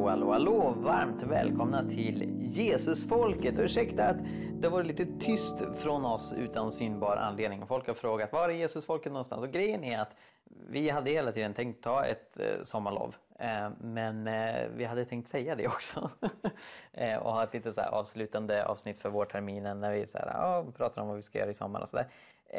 Hallå, varmt välkomna till Jesusfolket. Och ursäkta att det var lite tyst från oss utan synbar anledning. Folk har frågat, var är Jesusfolket någonstans? Och grejen är att vi hade hela tiden tänkt ta ett sommarlov. Men vi hade tänkt säga det också. Och ha ett lite så här avslutande avsnitt för vårterminen när vi så här, pratar om vad vi ska göra i sommar och sådär.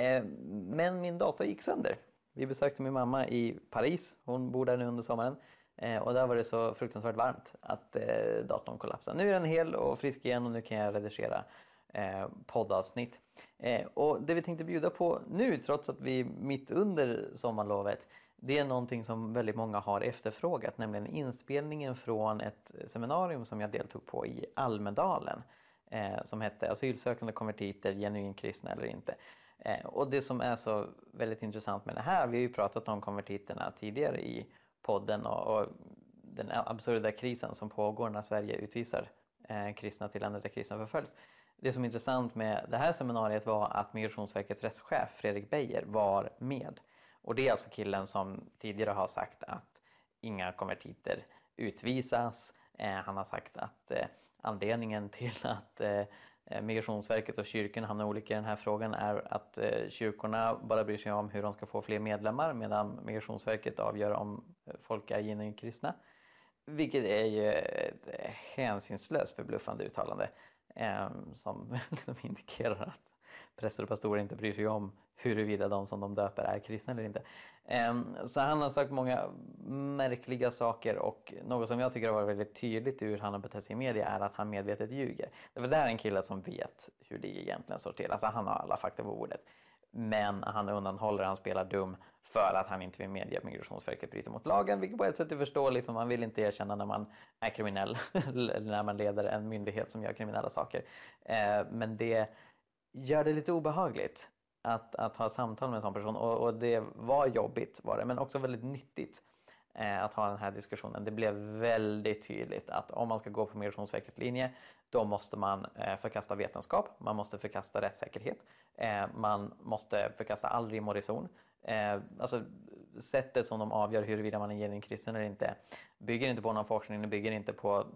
Men min dator gick sönder. Vi besökte min mamma i Paris. Hon bor där nu under sommaren. Och där var det så fruktansvärt varmt att datorn kollapsade. Nu är den hel och frisk igen och nu kan jag redigera poddavsnitt. Och det vi tänkte bjuda på nu, trots att vi är mitt under sommarlovet, det är någonting som väldigt många har efterfrågat, nämligen inspelningen från ett seminarium som jag deltog på i Almedalen som hette Asylsökande konvertiter, genuin kristna eller inte. Och det som är så väldigt intressant med det här, vi har ju pratat om konvertiterna tidigare i podden och den absurda krisen som pågår när Sverige utvisar kristna till länder där kristna förföljs. Det som är intressant med det här seminariet var att Migrationsverkets rättschef Fredrik Beijer var med. Och det är alltså killen som tidigare har sagt att inga konvertiter utvisas. Han har sagt att anledningen till att Migrationsverket och kyrkan hamnar olika i den här frågan är att kyrkorna bara bryr sig om hur de ska få fler medlemmar, medan Migrationsverket avgör om folk är genuint kristna. Vilket är ju ett hänsynslöst förbluffande uttalande som liksom indikerar att präster och pastorer inte bryr sig om huruvida de som de döper är kristna eller inte. Så han har sagt många märkliga saker, och något som jag tycker har varit väldigt tydligt ur han har betett sig i media är att han medvetet ljuger. Det här är en kille som vet hur det egentligen står till. Alltså han har alla fakta på bordet. Men han undanhåller, han spelar dum för att han inte vill medge att Migrationsverket bryter mot lagen, vilket på ett sätt är förståeligt, för man vill inte erkänna när man är kriminell eller när man leder en myndighet som gör kriminella saker. Men det gör det lite obehagligt att ha samtal med en sån person, och det var jobbigt var det, men också väldigt nyttigt att ha den här diskussionen. Det blev väldigt tydligt att om man ska gå på Migrationsverkets linje, då måste man förkasta vetenskap, man måste förkasta rättssäkerhet, man måste förkasta all rim och reson. Alltså sättet som de avgör huruvida man är genuin kristen eller inte bygger inte på någon forskning, det bygger inte på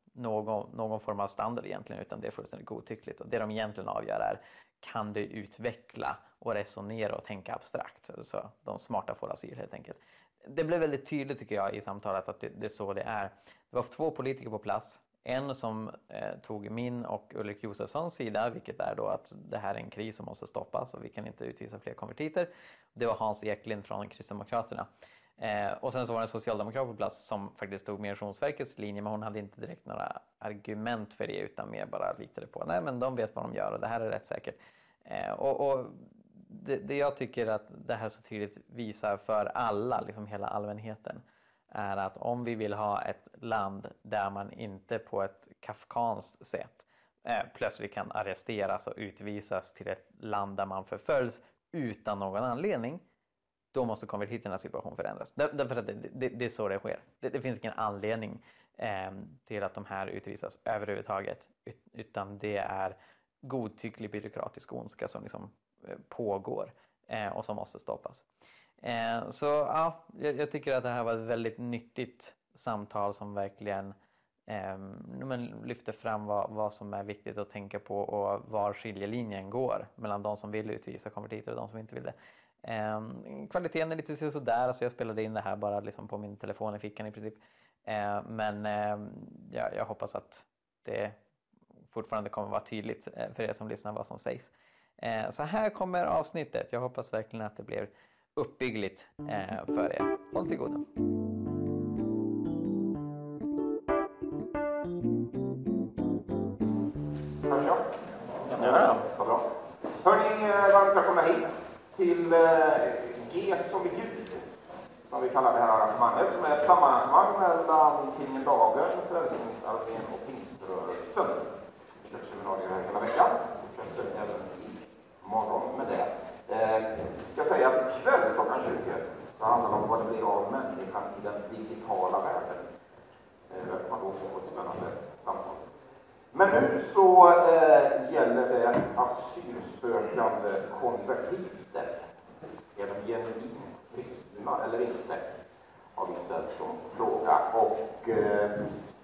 någon form av standard egentligen, utan det är fullständigt godtyckligt. Och det de egentligen avgör är, kan du utveckla och resonera och tänka abstrakt? Så de smarta får asyl helt enkelt. Det blev väldigt tydligt tycker jag i samtalet att det är så det är. Det var 2 politiker på plats. En som tog min och Ulrik Josefssons sida, vilket är då att det här är en kris som måste stoppas och vi kan inte utvisa fler konvertiter. Det var Hans Eklind från Kristdemokraterna. Och sen så var det en socialdemokrat på plats som faktiskt tog Migrationsverkets linje, men hon hade inte direkt några argument för det, utan mer bara litade på, nej men de vet vad de gör och det här är rätt säkert. Och det jag tycker att det här så tydligt visar för alla, liksom hela allmänheten, är att om vi vill ha ett land där man inte på ett kafkanskt sätt plötsligt kan arresteras och utvisas till ett land där man förföljs utan någon anledning, då måste konvertiternas situation förändras. Därför att det är så det sker. Det finns ingen anledning till att de här utvisas överhuvudtaget, utan det är godtycklig byråkratisk ondska som liksom pågår och som måste stoppas. Så ja, jag tycker att det här var ett väldigt nyttigt samtal som verkligen lyfter fram vad som är viktigt att tänka på och var skiljelinjen går mellan de som vill utvisa konvertiter och de som inte vill det. Kvaliteten är lite sådär, så jag spelade in det här bara liksom på min telefon i fickan i princip. Men jag hoppas att det fortfarande kommer vara tydligt för er som lyssnar vad som sägs. Så här kommer avsnittet. Jag hoppas verkligen att det blir uppbyggligt för er. Håll till godo. Hörs jag? Ja, vad bra. Hörni, varmt välkomna hit till G som är Gud, som vi kallar det här arrangemanget, som är ett samarrangemang mellan tidningen Dagen, Frälsningsarmén och Pingströrelsen. Köpseminarier här hela veckan. Fortsätter även i morgon med det. Ska säga att ikväll klockan 20 så handlar det om vad det blir av människan i den digitala världen. Det kan också vara ett spännande samtal. Men nu så gäller det asylsökande konvertiter. Är de genuint kristna eller inte? Har vi ställt som fråga. Och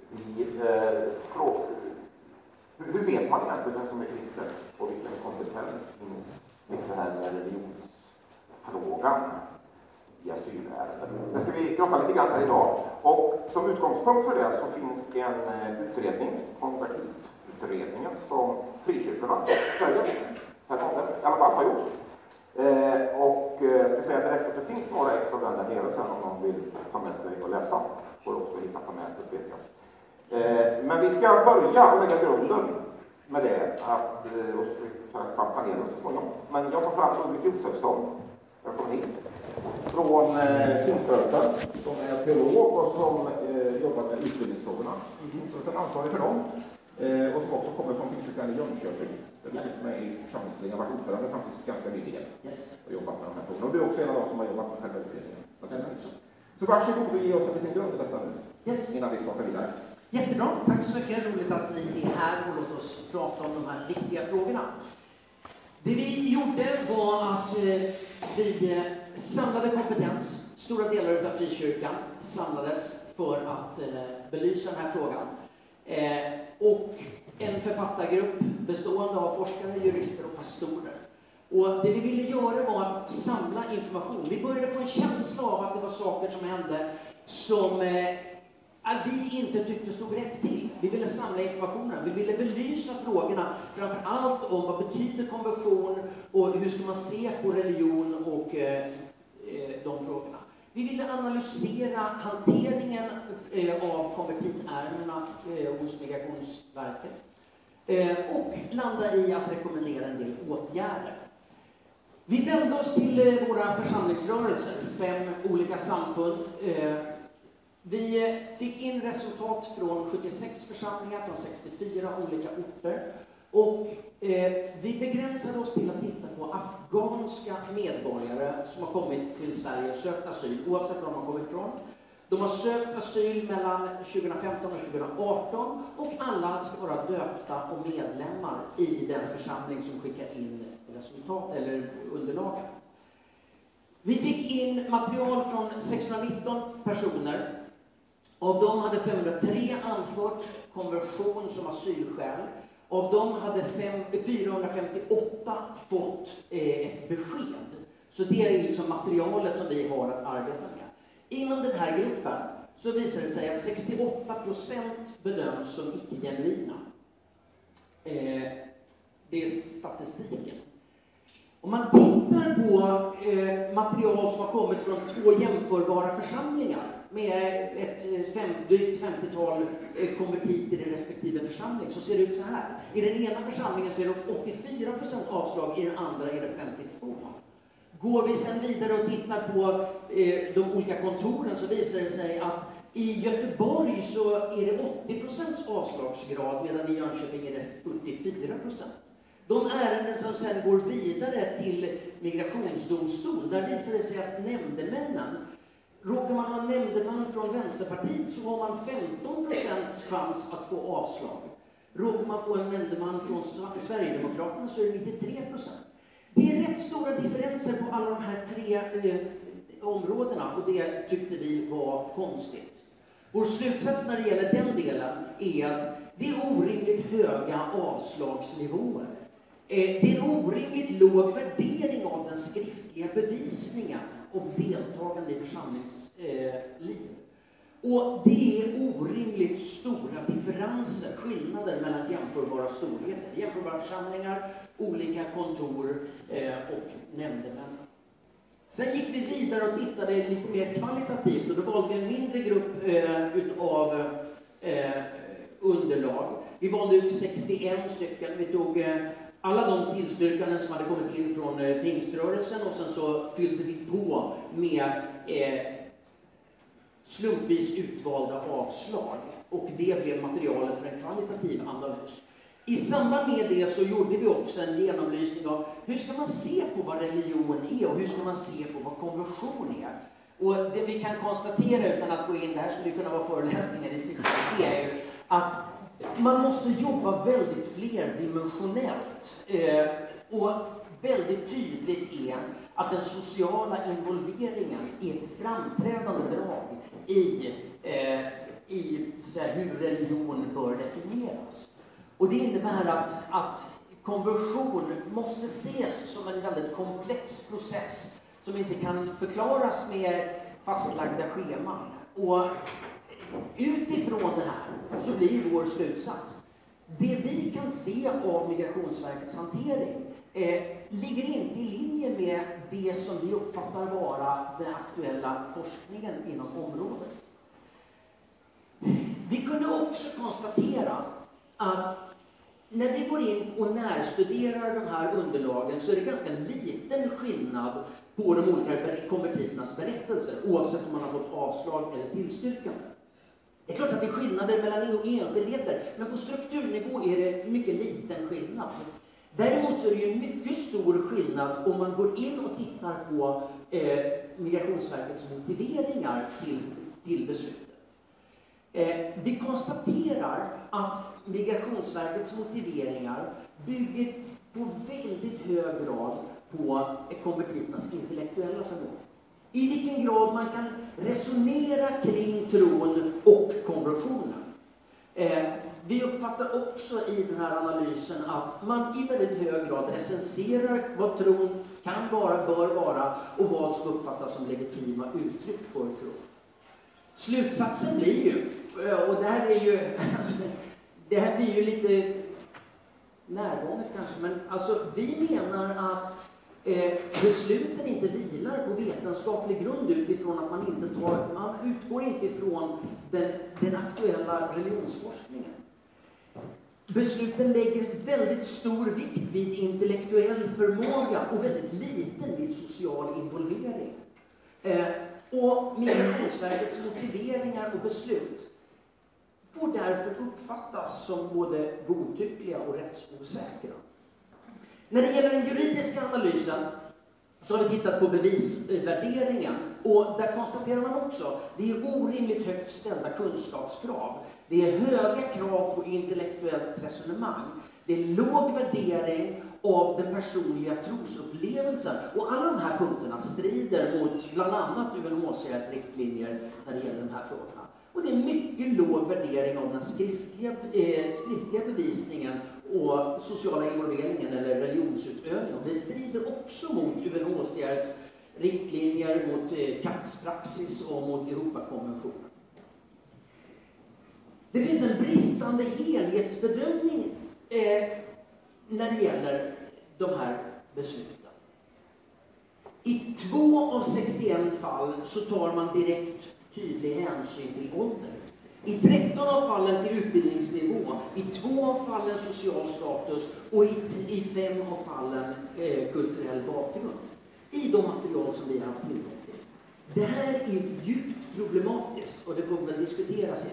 Hur vet man egentligen vem som är kristen och vilken kompetens finns i det här med religionsfrågan i asylärenden? Det ska vi grotta lite grann här idag. Och som utgångspunkt för det så finns det en utredning, konvertitutredningen, som frikyrkorna Sverige i alla fall har gjort. Och jag ska säga direkt att det finns några ex av den där nere sen om någon vill ta med sig och läsa. Får också hitta på nätet, vet jag. Men vi ska börja och lägga grunden med det, att och så fram panelen så småningom. Men jag tar fram Ulrik Josefsson, jag kommer hit, från Pingströrelsen, som är teolog och som jobbar med utbildningsfrågorna. Så är ansvarig för dem. Och som också kommer från Pingstkyrkan i Jönköping. Det finns med i församlingsledningen, har varit ordförande faktiskt ganska nyligen. Och jobbat med de här frågorna. Och du är också en av dem som har jobbat med själva utbildningen. Så varsågod och ge oss en liten grund i detta nu. Innan vi pratar vidare. Jättebra, tack så mycket. Roligt att ni är här och låter oss prata om de här viktiga frågorna. Det vi gjorde var att vi samlade kompetens. Stora delar av frikyrkan samlades för att belysa den här frågan. Och en författargrupp bestående av forskare, jurister och pastorer. Och det vi ville göra var att samla information. Vi började få en känsla av att det var saker som hände som vi inte tyckte stod rätt till. Vi ville samla informationen. Vi ville belysa frågorna, framför allt om vad betyder konversion och hur ska man se på religion och de frågorna. Vi ville analysera hanteringen av konvertitärendena hos Migrationsverket och landa i att rekommendera en del åtgärder. Vi vände oss till våra församlingsrörelser, 5 olika samfund. Vi fick in resultat från 76 församlingar från 64 olika orter. Och vi begränsade oss till att titta på afghanska medborgare som har kommit till Sverige och sökt asyl, oavsett var de har kommit ifrån. De har sökt asyl mellan 2015 och 2018 och alla ska vara döpta och medlemmar i den församling som skickar in resultat eller underlagen. Vi fick in material från 619 personer. Av dem hade 503 anfört konversion som asylskäl. Av dem hade 458 fått ett besked. Så det är liksom materialet som vi har att arbeta med. Inom den här gruppen så visar det sig att 68% bedöms som icke-genuina. Det är statistiken. Om man tittar på material som har kommit från 2 jämförbara församlingar med ett drygt 50-tal konvertiter i respektive församling, så ser det ut så här. I den ena församlingen så är det 84% avslag, i den andra är det 52%. Går vi sedan vidare och tittar på de olika kontoren så visar det sig att i Göteborg så är det 80% avslagsgrad, medan i Jönköping är det 44%. De ärenden som sedan går vidare till migrationsdomstol, där visar det sig att nämndemännen, råkar man ha en nämndeman från Vänsterpartiet så har man 15% chans att få avslag. Råkar man få en nämndeman från Sverigedemokraterna så är det 93%. Det är rätt stora differenser på alla de här 3 områdena och det tyckte vi var konstigt. Vår slutsats när det gäller den delen är att det är orimligt höga avslagsnivåer. Det är en orimligt låg värdering av den skriftliga bevisningen om deltagande i församlingsliv. Och det är orimligt stora differenser, skillnader mellan jämförbara storheter. Jämförbara församlingar, olika kontor och nämndemän. Sen gick vi vidare och tittade lite mer kvalitativt och då valde vi en mindre grupp utav underlag. Vi valde ut 61 stycken. Vi tog alla de tillstyrkanden som hade kommit in från Pingströrelsen och sen så fyllde vi på med slumpvis utvalda avslag. Och det blev materialet för en kvalitativ analys. I samband med det så gjorde vi också en genomlysning av hur ska man se på vad religion är och hur ska man se på vad konversion är. Och det vi kan konstatera utan att gå in, det här skulle kunna vara föreläsningar i sig själv, det är ju att man måste jobba väldigt flerdimensionellt. Och väldigt tydligt är att den sociala involveringen är ett framträdande drag i hur religion bör definieras. Och det innebär att konversion måste ses som en väldigt komplex process som inte kan förklaras med fastlagda scheman. Och utifrån det här så blir vår slutsats: det vi kan se av Migrationsverkets hantering ligger inte i linje med det som vi uppfattar vara den aktuella forskningen inom området. Vi kunde också konstatera att när vi går in och närstuderar de här underlagen så är det ganska liten skillnad på de olika konvertiternas berättelser, oavsett om man har fått avslag eller tillstyrkande. Det är klart att det är skillnader mellan enskildheter, men på strukturnivå är det mycket liten skillnad. Däremot så är det ju en mycket stor skillnad om man går in och tittar på Migrationsverkets motiveringar till beslutet. Vi konstaterar att Migrationsverkets motiveringar bygger på väldigt hög grad på konvertiternas intellektuella förmåga. I vilken grad man kan resonera kring tron och konversionen. Vi uppfattar också i den här analysen att man i väldigt hög grad recenserar vad tron kan vara, bör vara och vad som uppfattas som legitima uttryck för tron. Slutsatsen blir ju, och det här är ju, det här blir ju lite närgånget kanske, men alltså vi menar att besluten inte vilar på vetenskaplig grund utifrån att man utgår inte ifrån den aktuella religionsforskningen. Besluten lägger väldigt stor vikt vid intellektuell förmåga och väldigt liten vid social involvering. Och Migrationsverkets motiveringar och beslut får därför uppfattas som både godtyckliga och rättsosäkra. När det gäller den juridiska analysen så har vi tittat på bevisvärderingen, och där konstaterar man också det är orimligt högt ställda kunskapskrav. Det är höga krav på intellektuellt resonemang. Det är låg värdering av den personliga trosupplevelsen. Och alla de här punkterna strider mot bland annat UNHCRs riktlinjer när det gäller de här frågorna. Och det är mycket låg värdering av den skriftliga bevisningen och sociala involveringen eller religionsutövningen. Det strider också mot UNHCRs riktlinjer, mot CATS-praxis och mot Europakonventionen. Det finns en bristande helhetsbedömning när det gäller de här besluten. I 2 av 61 fall så tar man direkt tydlig hänsyn till ålder. I 13 av fallen till utbildningsnivå, i 2 av fallen social status och i 5 av fallen kulturell bakgrund. I de material som vi har haft tillgång till. Det här är djupt problematiskt och det får vi väl diskutera sedan.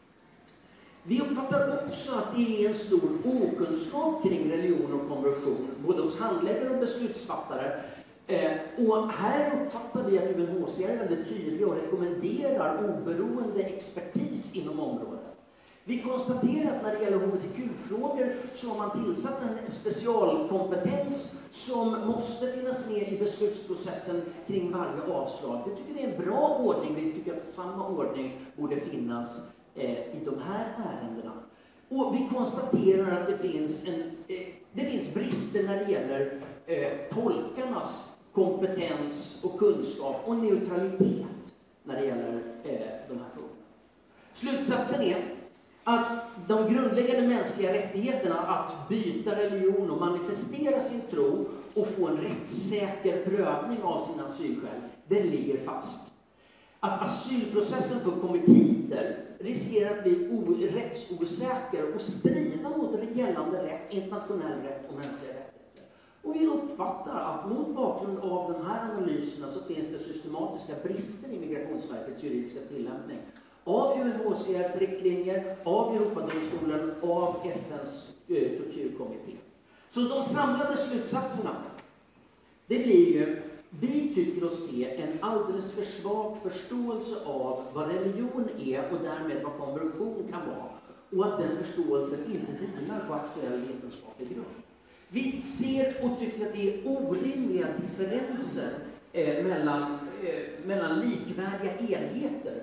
Vi uppfattar också att det är en stor okunskap kring religion och konversion, både hos handläggare och beslutsfattare. Och här uppfattar vi att UNHCR är väldigt tydliga och rekommenderar oberoende expertis inom området. Vi konstaterar att när det gäller hbtq-frågor så har man tillsatt en specialkompetens som måste finnas med i beslutsprocessen kring varje avslag. Det tycker vi är en bra ordning. Vi tycker att samma ordning borde finnas i de här ärendena. Och vi konstaterar att det finns brister när det gäller tolkarnas kompetens och kunskap och neutralitet när det gäller de här frågorna. Slutsatsen är att de grundläggande mänskliga rättigheterna att byta religion och manifestera sin tro och få en rättssäker prövning av sina asylskäl, den ligger fast. Att asylprocessen för konvertiter riskerar att bli rättsosäker och strida mot gällande rätt, internationell rätt och mänskliga rättigheter. Och vi uppfattar att mot bakgrund av de här analyserna så finns det systematiska brister i Migrationsverkets juridiska tillämpning av UNHCRs riktlinjer, av Europadomstolen, av FNs tortyrkommitté. Så de samlade slutsatserna, det blir ju: vi tycker oss se en alldeles för svag förståelse av vad religion är och därmed vad konversion kan vara. Och att den förståelsen inte vilar på aktuell vetenskaplig grund. Vi ser och tycker att det är orimliga differenser mellan likvärdiga enheter.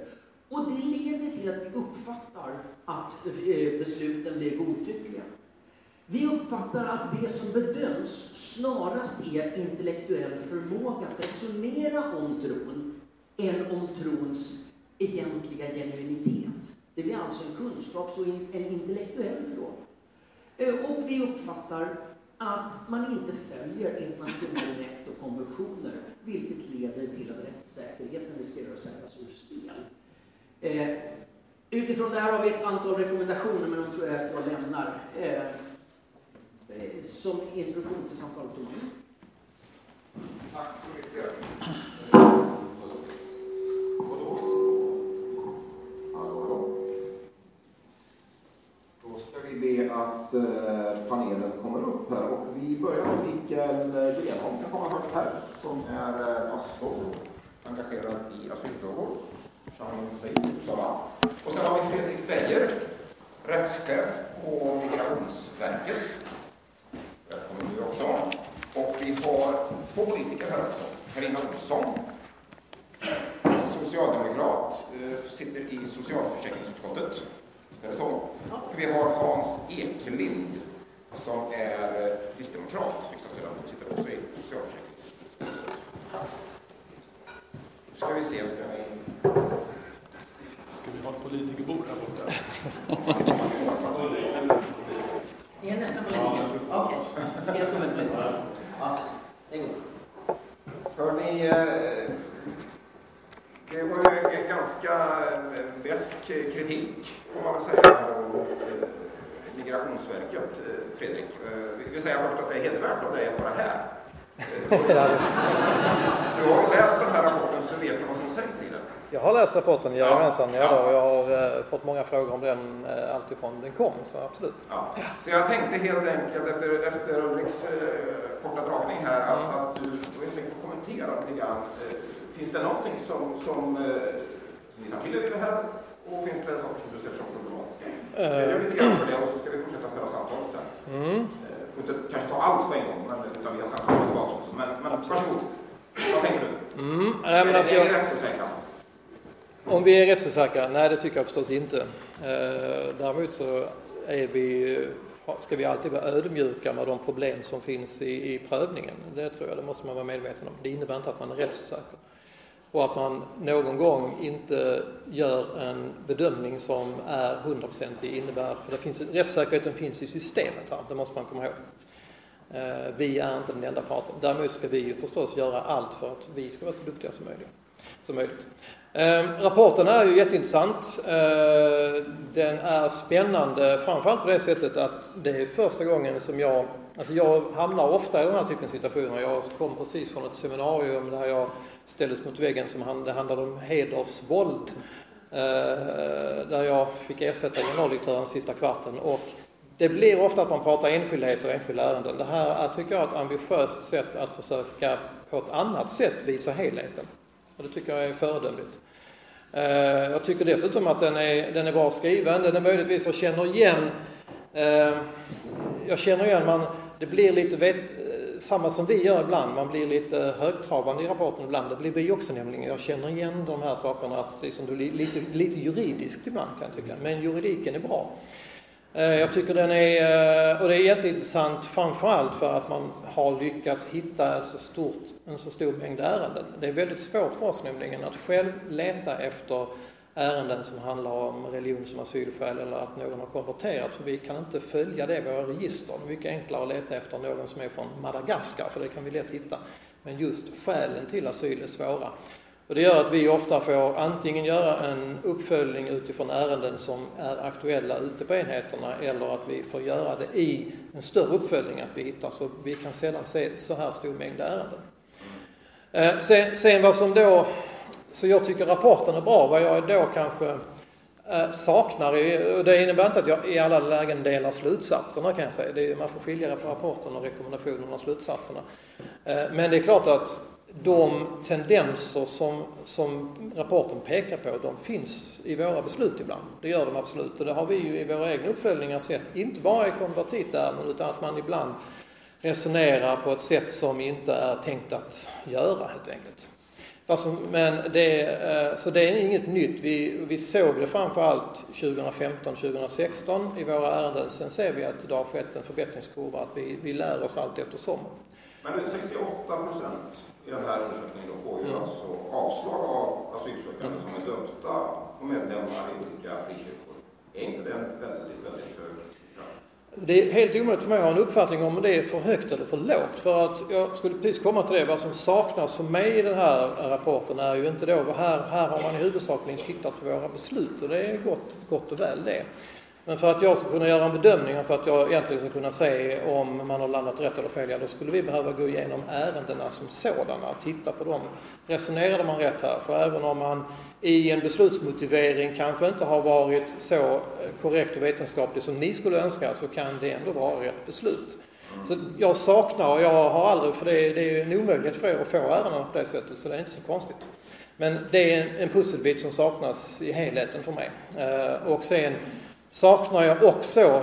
Och det leder till att vi uppfattar att besluten blir godtyckliga. Vi uppfattar att det som bedöms snarast är intellektuell förmåga att resonera om tron än om trons egentliga genuinitet. Det blir alltså en kunskaps- och en intellektuell fråga. Och vi uppfattar att man inte följer internationell rätt och konventioner, vilket leder till att rättssäkerheten riskerar att sättas ur spel. Utifrån det här har vi ett antal rekommendationer, men de tror jag att jag lämnar som introduktion till samtalet, Thomas. Tack så mycket. Då ska vi be att panelen kommer upp här. Och vi börjar med Mikael Grenholm, kan komma först här, som är pastor, engagerad i asylfrågor. Och sen har vi Fredrik Beijer, rättschef på Migrationsverket. Välkommen du också. Och vi har två politiker här också. Carina Olsson, socialdemokrat, sitter i socialförsäkringsutskottet. Är det så? Och vi har Hans Ekelind som är kristdemokrat, riksdagsledamot, sitter också i socialförsäkringsutskottet. Nu ska vi se. Ska vi ha ett politikerbord här borta? Ni är nästan politiker? Okej. Ska jag som en politiker? Ja, det går. Hörrni, det var ju en ganska besk kritik, får man väl säga, mot Migrationsverket, Fredrik. Vi vill säga först att det är hedervärt av dig att vara här. Du har ju läst den här rapporten, så du vet vad som sägs i den. Jag har läst rapporten, jajamensan. Ja. Och jag har fått många frågor om den alltifrån den kom, så absolut. Ja. Så jag tänkte helt enkelt efter Ulriks korta dragning här att du tänkte kommentera lite grann. Finns det någonting som ni tar till er i det här? Och finns det saker som du ser som problematiska? Jag gör lite grann för det och så ska vi fortsätta föra samtalet sen. Får inte kanske ta allt på en gång, utan vi har chans att komma tillbaka också. Men varsågod. Vad tänker du? Nej, men är vi rätt så säkra? Om vi är rätt så säkra? Nej, det tycker jag förstås inte. Däremot så ska vi alltid vara ödmjuka med de problem som finns i prövningen. Det tror jag, det måste man vara medveten om. Det innebär inte att man är rätt så säker. Och att man någon gång inte gör en bedömning som är 100% innebär, för rättssäkerheten finns i systemet här, det måste man komma ihåg. Vi är inte den enda parten. Däremot ska vi förstås göra allt för att vi ska vara så duktiga som möjligt. Rapporten är ju jätteintressant. Den är spännande framförallt på det sättet att det är första gången som jag hamnar ofta i den här typen av situationer. Jag kom precis från ett seminarium där jag ställdes mot väggen som det handlade om hedersvåld. Där jag fick ersätta generaldirektören sista kvarten, och det blir ofta att man pratar enskildheter och enskilda ärenden. Det här tycker jag är ett ambitiöst sätt att försöka på ett annat sätt visa helheten. Och det tycker jag är föredömligt. Jag tycker dessutom att den är bra skriven. Den är möjligtvis, jag känner igen det blir lite samma som vi gör ibland. Man blir lite högtravande i rapporten ibland. Det blir vi också nämligen. Jag känner igen de här sakerna, att liksom det blir lite juridiskt ibland, kan jag tycka. Men juridiken är bra. Jag tycker och det är jätteintressant framförallt för att man har lyckats hitta en så stor mängd ärenden. Det är väldigt svårt för oss nämligen att själv leta efter ärenden som handlar om religion som asylskäl eller att någon har konverterat, för vi kan inte följa det i våra register. Det är mycket enklare att leta efter någon som är från Madagaskar, för det kan vi lätt hitta. Men just skälen till asyl är svåra. Och det gör att vi ofta får antingen göra en uppföljning utifrån ärenden som är aktuella ute på enheterna, eller att vi får göra det i en större uppföljning, att vi hittar, så vi kan sällan se så här stor mängd ärenden. Sen vad som då, så jag tycker rapporten är bra, vad jag då kanske saknar, och det innebär inte att jag i alla lägen delar slutsatserna, kan jag säga. Man får skilja på rapporten och rekommendationerna och slutsatserna. Men det är klart att de tendenser som rapporten pekar på, de finns i våra beslut ibland. Det gör de absolut. Och det har vi ju i våra egna uppföljningar sett. Inte bara i konvertitärenden, utan att man ibland resonerar på ett sätt som inte är tänkt att göra, helt enkelt. Så det är inget nytt. Vi såg det framförallt 2015-2016 i våra ärenden. Sen ser vi att det har skett en förbättringskurva, att vi lär oss allt eftersom. Men 68% i den här undersökningen då får ju alltså avslag av asylsökande som är döpta och medlemmar i olika frikyrkor. Är inte det en väldigt, väldigt hög siffra? Det är helt omöjligt för mig att ha en uppfattning om det är för högt eller för lågt. För att jag skulle precis komma till det. Vad som saknas för mig i den här rapporten är ju inte då, här har man i huvudsakligen tittat på våra beslut och det är gott och väl det. Men för att jag ska kunna göra en bedömning och för att jag egentligen ska kunna se om man har landat rätt eller fel, då skulle vi behöva gå igenom ärendena som sådana, titta på dem. Resonerade man rätt här? För även om man i en beslutsmotivering kanske inte har varit så korrekt och vetenskaplig som ni skulle önska, så kan det ändå vara rätt beslut. Så jag saknar, och jag har aldrig, för det är en omöjlighet för er att få ärendena på det sättet, så det är inte så konstigt. Men det är en pusselbit som saknas i helheten för mig. Och sen saknar jag också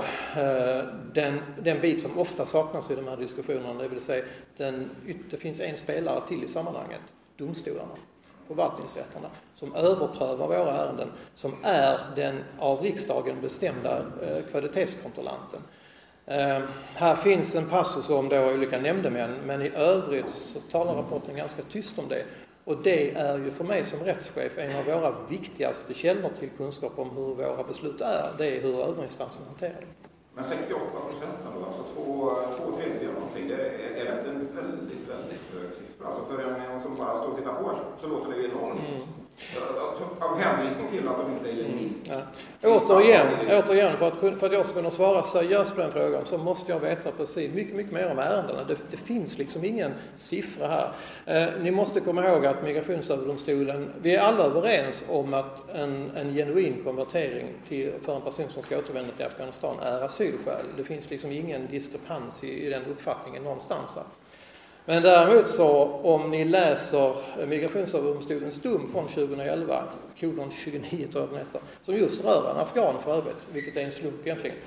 den bit som ofta saknas i de här diskussionerna, det vill säga det finns en spelare till i sammanhanget, domstolarna, förvaltningsrätterna, som överprövar våra ärenden, som är den av riksdagen bestämda kvalitetskontrollanten. Här finns en passus om då olika nämndemän, men i övrigt så talar rapporten ganska tyst om det. Och det är ju för mig som rättschef en av våra viktigaste källor till kunskap om hur våra beslut är. Det är hur överinstansen hanterar det. Men 68% då, alltså två tredjedelar någonting, det är inte en väldigt, väldigt hög siffra. Alltså för en som bara står och tittar på så låter det ju enormt. Alltså, av hänvisning till att de inte är genuint. Återigen, för att jag ska kunna svara seriöst på den frågan så måste jag veta precis mycket mer om ärendena. Det finns liksom ingen siffra här. Ni måste komma ihåg att Migrationsöverdomstolen, vi är alla överens om att en genuin konvertering för en person som ska återvända till Afghanistan är asylskäl. Det finns liksom ingen diskrepans i den uppfattningen någonstans här. Men däremot så, om ni läser Migrationsöverdomstolens dom från 2011, kolon 29 tror jag den heter, som just rör en afghan för övrigt, vilket är en slump egentligen,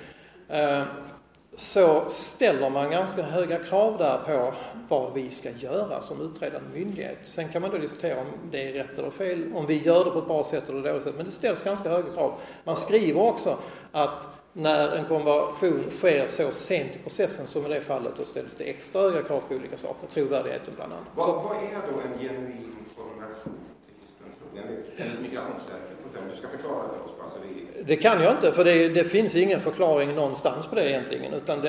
så ställer man ganska höga krav där på vad vi ska göra som utredande myndighet. Sen kan man då diskutera om det är rätt eller fel, om vi gör det på ett bra sätt eller dåligt sätt, men det ställs ganska höga krav. Man skriver också att när en konversion sker så sent i processen som i det fallet, då ställs det extra höga krav på olika saker, trovärdigheten bland annat. Vad är då en genuin konversion till kristen tro? Enligt Migrationsverket, så om du ska förklara det för oss bara så vi... Det kan jag inte, för det finns ingen förklaring någonstans på det egentligen, utan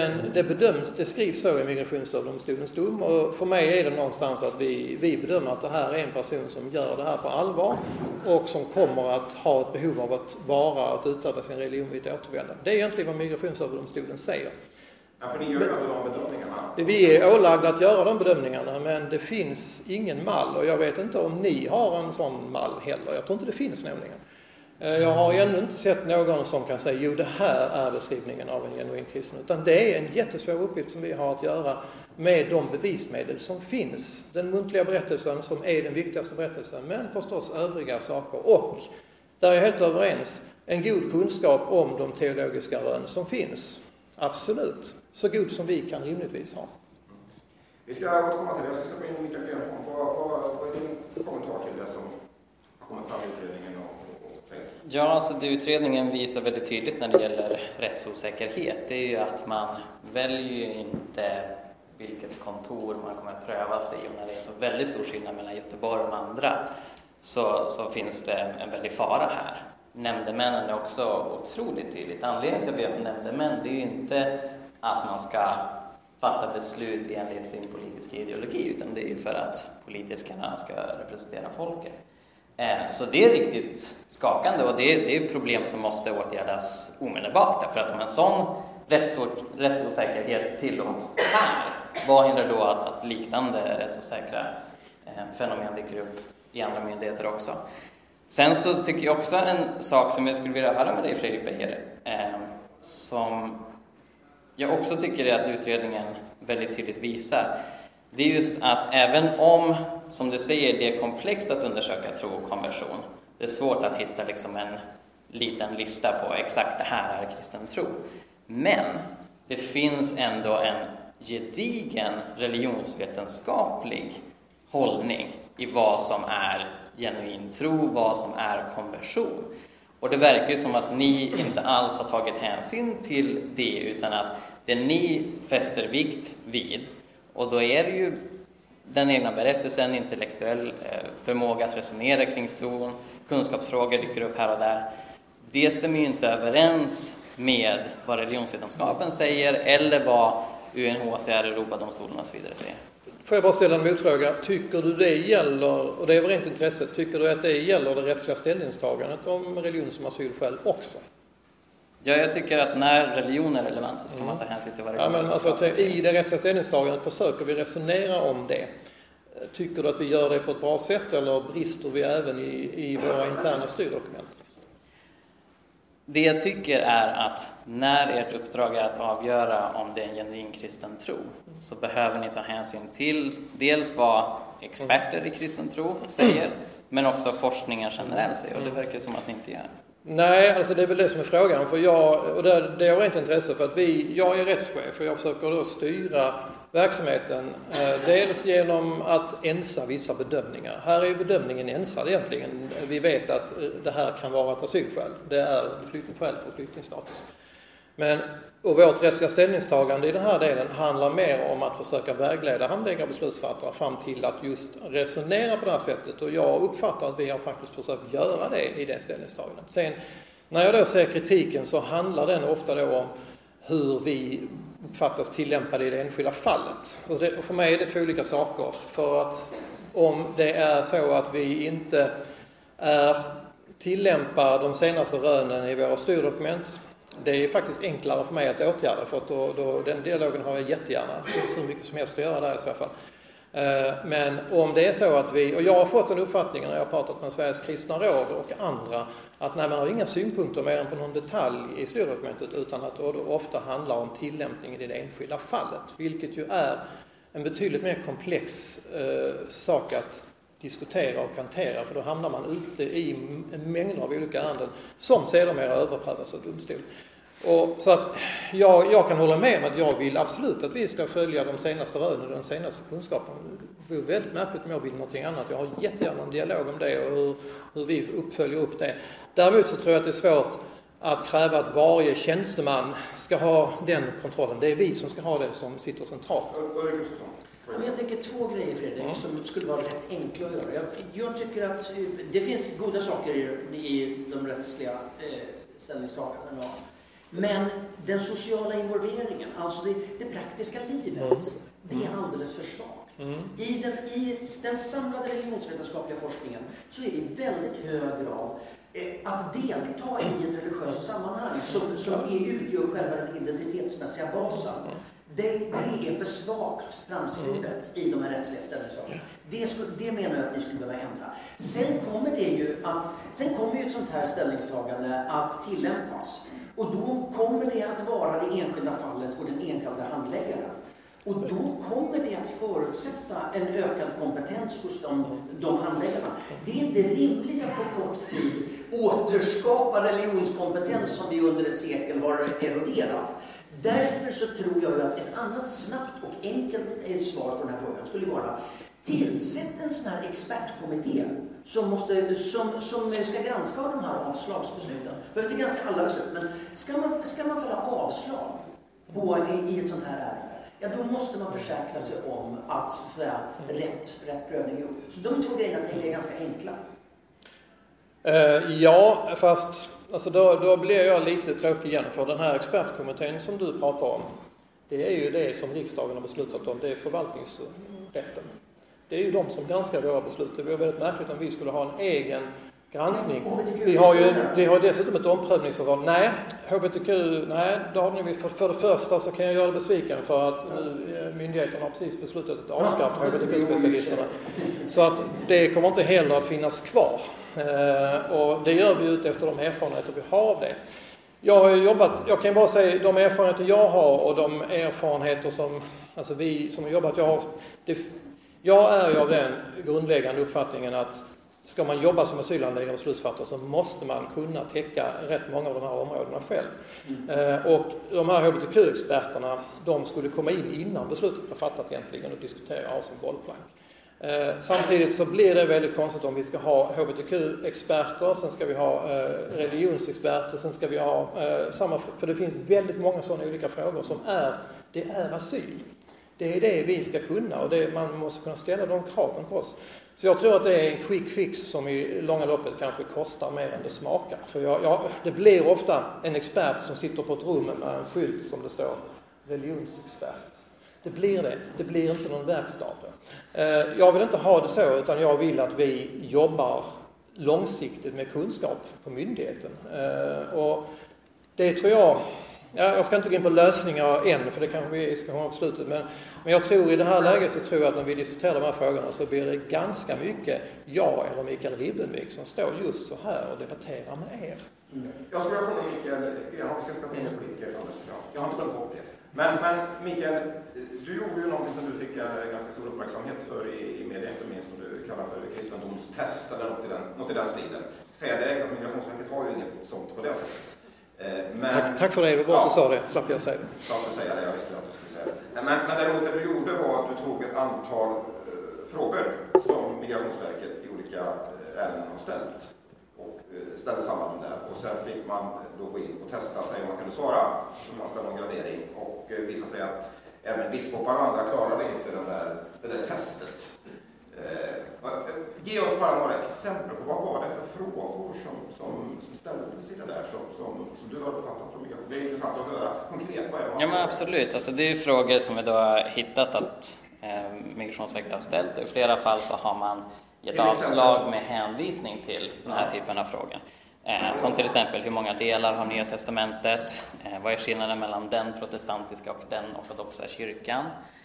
det skrivs så i Migrationsöverdomstolens dom, och för mig är det någonstans att vi bedömer att det här är en person som gör det här på allvar och som kommer att ha ett behov av att utöva sin religion vid ett återvändande. Det är egentligen vad Migrationsöverdomstolen säger. Ja, för ni gör ju de bedömningarna. Vi är ålagda att göra de bedömningarna, men det finns ingen mall, och jag vet inte om ni har en sån mall heller. Jag tror inte det finns nämligen. Jag har ännu inte sett någon som kan säga, jo det här är beskrivningen av en genuin kristen, utan det är en jättesvår uppgift som vi har att göra med de bevismedel som finns. Den muntliga berättelsen som är den viktigaste berättelsen, men förstås övriga saker. Och där är jag helt överens, en god kunskap om de teologiska rön som finns. Absolut. Så god som vi kan rimligtvis ha. Vi ska återkomma till det. Jag ska släppa in Mikael Grenholm. Vad är din kommentar till det som har kommit fram i utredningen och FES? Ja, alltså det utredningen visar väldigt tydligt när det gäller rättsosäkerhet, det är ju att man väljer ju inte vilket kontor man kommer att pröva sig i. Och när det är så väldigt stor skillnad mellan Göteborg och de andra så finns det en väldig fara här. Nämndemännen är också otroligt tydligt. Anledningen till att vi har nämndemän, det är ju inte att man ska fatta beslut enligt sin politiska ideologi, utan det är ju för att politikerna ska representera folket. Så det är riktigt skakande, och det är problem som måste åtgärdas omedelbart. Därför att om en sån rättsosäkerhet tillåts här, vad hindrar då att liknande rättsosäkra fenomen dyker upp i andra myndigheter också? Sen så tycker jag också en sak som jag skulle vilja höra med dig, Fredrik Beijer, som jag också tycker är att utredningen väldigt tydligt visar. Det är just att även om, som du säger, det är komplext att undersöka tro och konversion, det är svårt att hitta liksom en liten lista på exakt det här är kristen tro. Men det finns ändå en gedigen religionsvetenskaplig hållning i vad som är genuin tro, vad som är konversion. Och det verkar ju som att ni inte alls har tagit hänsyn till det, utan att det ni fäster vikt vid, och då är det ju den egna berättelsen, intellektuell förmåga att resonera kring tron, kunskapsfrågor dyker upp här och där. Det stämmer ju inte överens med vad religionsvetenskapen säger eller vad UNHCR, Europadomstolen och så vidare säger. Får jag bara ställa en motfråga? Tycker du det gäller, och det är väl rent intresse, tycker du att det gäller det rättsliga ställningstagandet om religion som asylskäl också? Ja, jag tycker att när religion är relevant så ska man ta hänsyn till vad religionsvetenskapen säger. I det rättsliga ställningstagandet försöker vi resonera om det. Tycker du att vi gör det på ett bra sätt eller brister vi även i våra interna styrdokument? Det jag tycker är att när ert uppdrag är att avgöra om det är en genuin kristen tro, så behöver ni ta hänsyn till dels vad experter i kristen tro säger, men också forskningen generellt säger, och det verkar som att ni inte gör. Nej, alltså det är väl det som är frågan. För det är rent intresse för att jag är rättschef och jag försöker då styra verksamheten dels genom att ensa vissa bedömningar. Här är ju bedömningen ensad egentligen. Vi vet att det här kan vara ett asylskäl. Det är skäl för flyktingstatus. Och vårt rättsliga ställningstagande i den här delen handlar mer om att försöka vägleda handläggare och beslutsfattare fram till att just resonera på det här sättet. Och jag uppfattar att vi har faktiskt försökt göra det i det ställningstagandet. Sen när jag då ser kritiken så handlar den ofta då om hur vi uppfattas tillämpade i det enskilda fallet. Och för mig är det två olika saker. För att om det är så att vi inte tillämpar de senaste rönen i våra styrdokument, det är faktiskt enklare för mig att åtgärda, för att då den dialogen har jag jättegärna. Det finns hur mycket som helst att göra där i så fall. Men om det är så att och jag har fått en uppfattning när jag har pratat med Sveriges kristna råd och andra, att man har inga synpunkter mer än på någon detalj i styrdokumentet, utan att det ofta handlar om tillämpningen i det enskilda fallet, vilket ju är en betydligt mer komplex sak att diskutera och hantera, för då hamnar man ute i en mängd av olika ärenden som sedermera överprövas av domstol. Och så att jag kan hålla med om att jag vill absolut att vi ska följa de senaste rönen och den senaste kunskapen. Det är väldigt märkligt om jag vill någonting annat. Jag har jättegärna en dialog om det och hur vi följer upp det. Däremot så tror jag att det är svårt att kräva att varje tjänsteman ska ha den kontrollen. Det är vi som ska ha det som sitter centralt. Jag tänker två grejer, Fredrik, som skulle vara rätt enkla att göra. Jag tycker att det finns goda saker i de rättsliga ställningstagandena. Men den sociala involveringen, alltså det praktiska livet, det är alldeles för svagt. I den samlade religionsvetenskapliga forskningen så är det i väldigt hög grad att delta i ett religiöst sammanhang som utgör själva den identitetsmässiga basen. Det är för svagt framskrivet i de här rättsliga ställningstagandena. Det menar jag att ni skulle behöva ändra. Sen kommer ju ett sånt här ställningstagande att tillämpas. Och då kommer det att vara det enskilda fallet och den enskilda handläggaren. Och då kommer det att förutsätta en ökad kompetens hos de handläggarna. Det är inte rimligt att på kort tid återskapa religionskompetens som vi under ett sekel har eroderat. Därför så tror jag att ett annat snabbt och enkelt svar på den här frågan skulle vara: tillsätt en sån här expertkommitté som ska granska de här avslagsbesluten. Behöver inte granska alla beslut, men ska man fälla avslag i ett sånt här ärende, ja, då måste man försäkra sig om att så att säga, rätt prövning är gjord. Så de två grejerna tänker jag är ganska enkla. Ja, fast alltså då blir jag lite tråkig igen, för den här expertkommittén som du pratar om, det är ju det som riksdagen har beslutat om, det är förvaltningsrätten. Det är ju de som granskar våra beslut. Det vore väldigt märkligt om vi skulle ha en egen granskning. Vi har dessutom ett omprövningsorgan. Nej, HBTQ, nej, då har ni för det första så kan jag göra det besviken, för att myndigheten har precis beslutat att avskaffa HBTQ-specialisterna. Så att det kommer inte heller att finnas kvar. Och det gör vi ut efter de erfarenheter vi har av det. Jag kan bara säga de erfarenheter jag har och de erfarenheter som vi som har jobbat, jag är ju av den grundläggande uppfattningen att ska man jobba som asylhandläggare och beslutsfattare så måste man kunna täcka rätt många av de här områdena själv. Och de här HBTQ-experterna, de skulle komma in innan beslutet var fattat egentligen och diskutera av som bollplank. Samtidigt så blir det väldigt konstigt om vi ska ha hbtq-experter, sen ska vi ha religionsexperter, sen ska vi ha för det finns väldigt många sådana olika frågor som det är asyl. Det är det vi ska kunna och man måste kunna ställa de kraven på oss. Så jag tror att det är en quick fix som i långa loppet kanske kostar mer än det smakar. För det blir ofta en expert som sitter på ett rum med en skylt som det står religionsexpert. Det blir inte någon verkstad. Jag vill inte ha det så, utan jag vill att vi jobbar långsiktigt med kunskap på myndigheten. Och det tror jag ska inte gå in på lösningar än, för det kanske vi ska ha på slutet. Men jag tror i det här läget så tror jag att när vi diskuterar de här frågorna så blir det ganska mycket jag eller Mikael Ribbenvik som står just så här och debatterar med er. Jag skulle vilja fråga Mikael, jag ska skaffa in en politiker, jag har inte glömt bort det. Men Mikael, du gjorde ju någonting som du fick ganska stor uppmärksamhet för i media, inte minst som du kallar för kristendomstest eller något i den stilen. Säga direkt att Migrationsverket har ju inget sånt på det sättet. Tack för det, det var bra att du sa det, slapp jag säga det. Slapp jag säga det, jag visste att du skulle säga det. Men däremot det du gjorde var att du tog ett antal frågor som Migrationsverket i olika ärenden har ställt. Och ställde samman dem där. Och sen fick man då gå in och testa sig om man kunde svara. Så man ställde en gradering. Och visade sig att även biskopar och andra klarade inte det där testet. Ge oss bara några exempel på vad var det för frågor som ställdes i det där som du har uppfattat från Migration. Det är intressant att höra konkret vad är det. Ja, men absolut. Alltså, det är ju frågor som vi då har hittat att Migrationsverket har ställt. Och i flera fall så har man gett avslag med hänvisning till den här typen av frågor. Som till exempel, hur många delar har Nya Testamentet? Vad är skillnaden mellan den protestantiska och den ortodoxa kyrkan?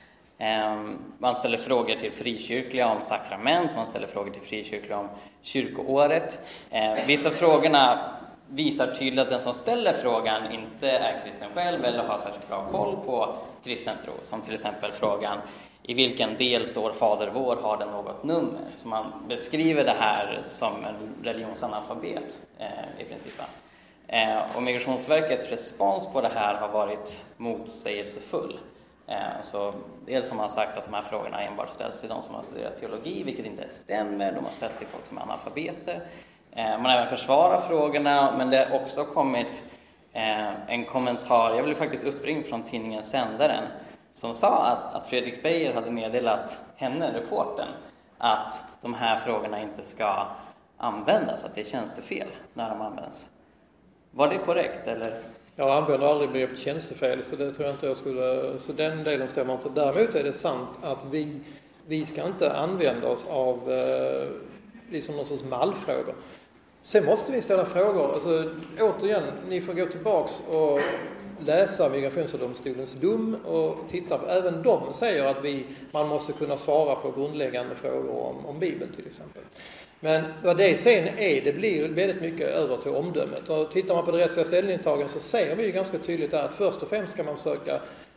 Man ställer frågor till frikyrkliga om sakrament. Man ställer frågor till frikyrkliga om kyrkoåret. Vissa frågorna visar tydligt att den som ställer frågan inte är kristen själv eller har särskilt bra koll på kristen tro. Som till exempel frågan, i vilken del står Fader vår, har den något nummer? Så man beskriver det här som en religionsanalfabet i princip. Och Migrationsverkets respons på det här har varit motsägelsefull. Så dels har man sagt att de här frågorna enbart ställs till de som har studerat teologi, vilket inte stämmer. De har ställts till folk som är analfabeter. Man har även försvarat frågorna, men det har också kommit en kommentar. Jag blev faktiskt uppringd från tidningen Sändaren som sa att Fredrik Beijer hade meddelat henne, reportern, att de här frågorna inte ska användas, att det är tjänstefel när de används. Var det korrekt eller? Jag använder aldrig begreppet tjänstefel, så det tror jag inte jag skulle, så den delen stämmer inte. Däremot är det sant att vi ska inte använda oss av liksom någon sorts mallfrågor. Sen måste vi ställa frågor. Alltså, återigen, ni får gå tillbaks och läsa Migrationsdomstolens dom och titta på. Även de säger att man måste kunna svara på grundläggande frågor om Bibeln till exempel. Men vad det sen är, det blir väldigt mycket över till omdömet. Och tittar man på det rättsliga ställningstagandet så ser vi ju ganska tydligt att först och främst ska man försöka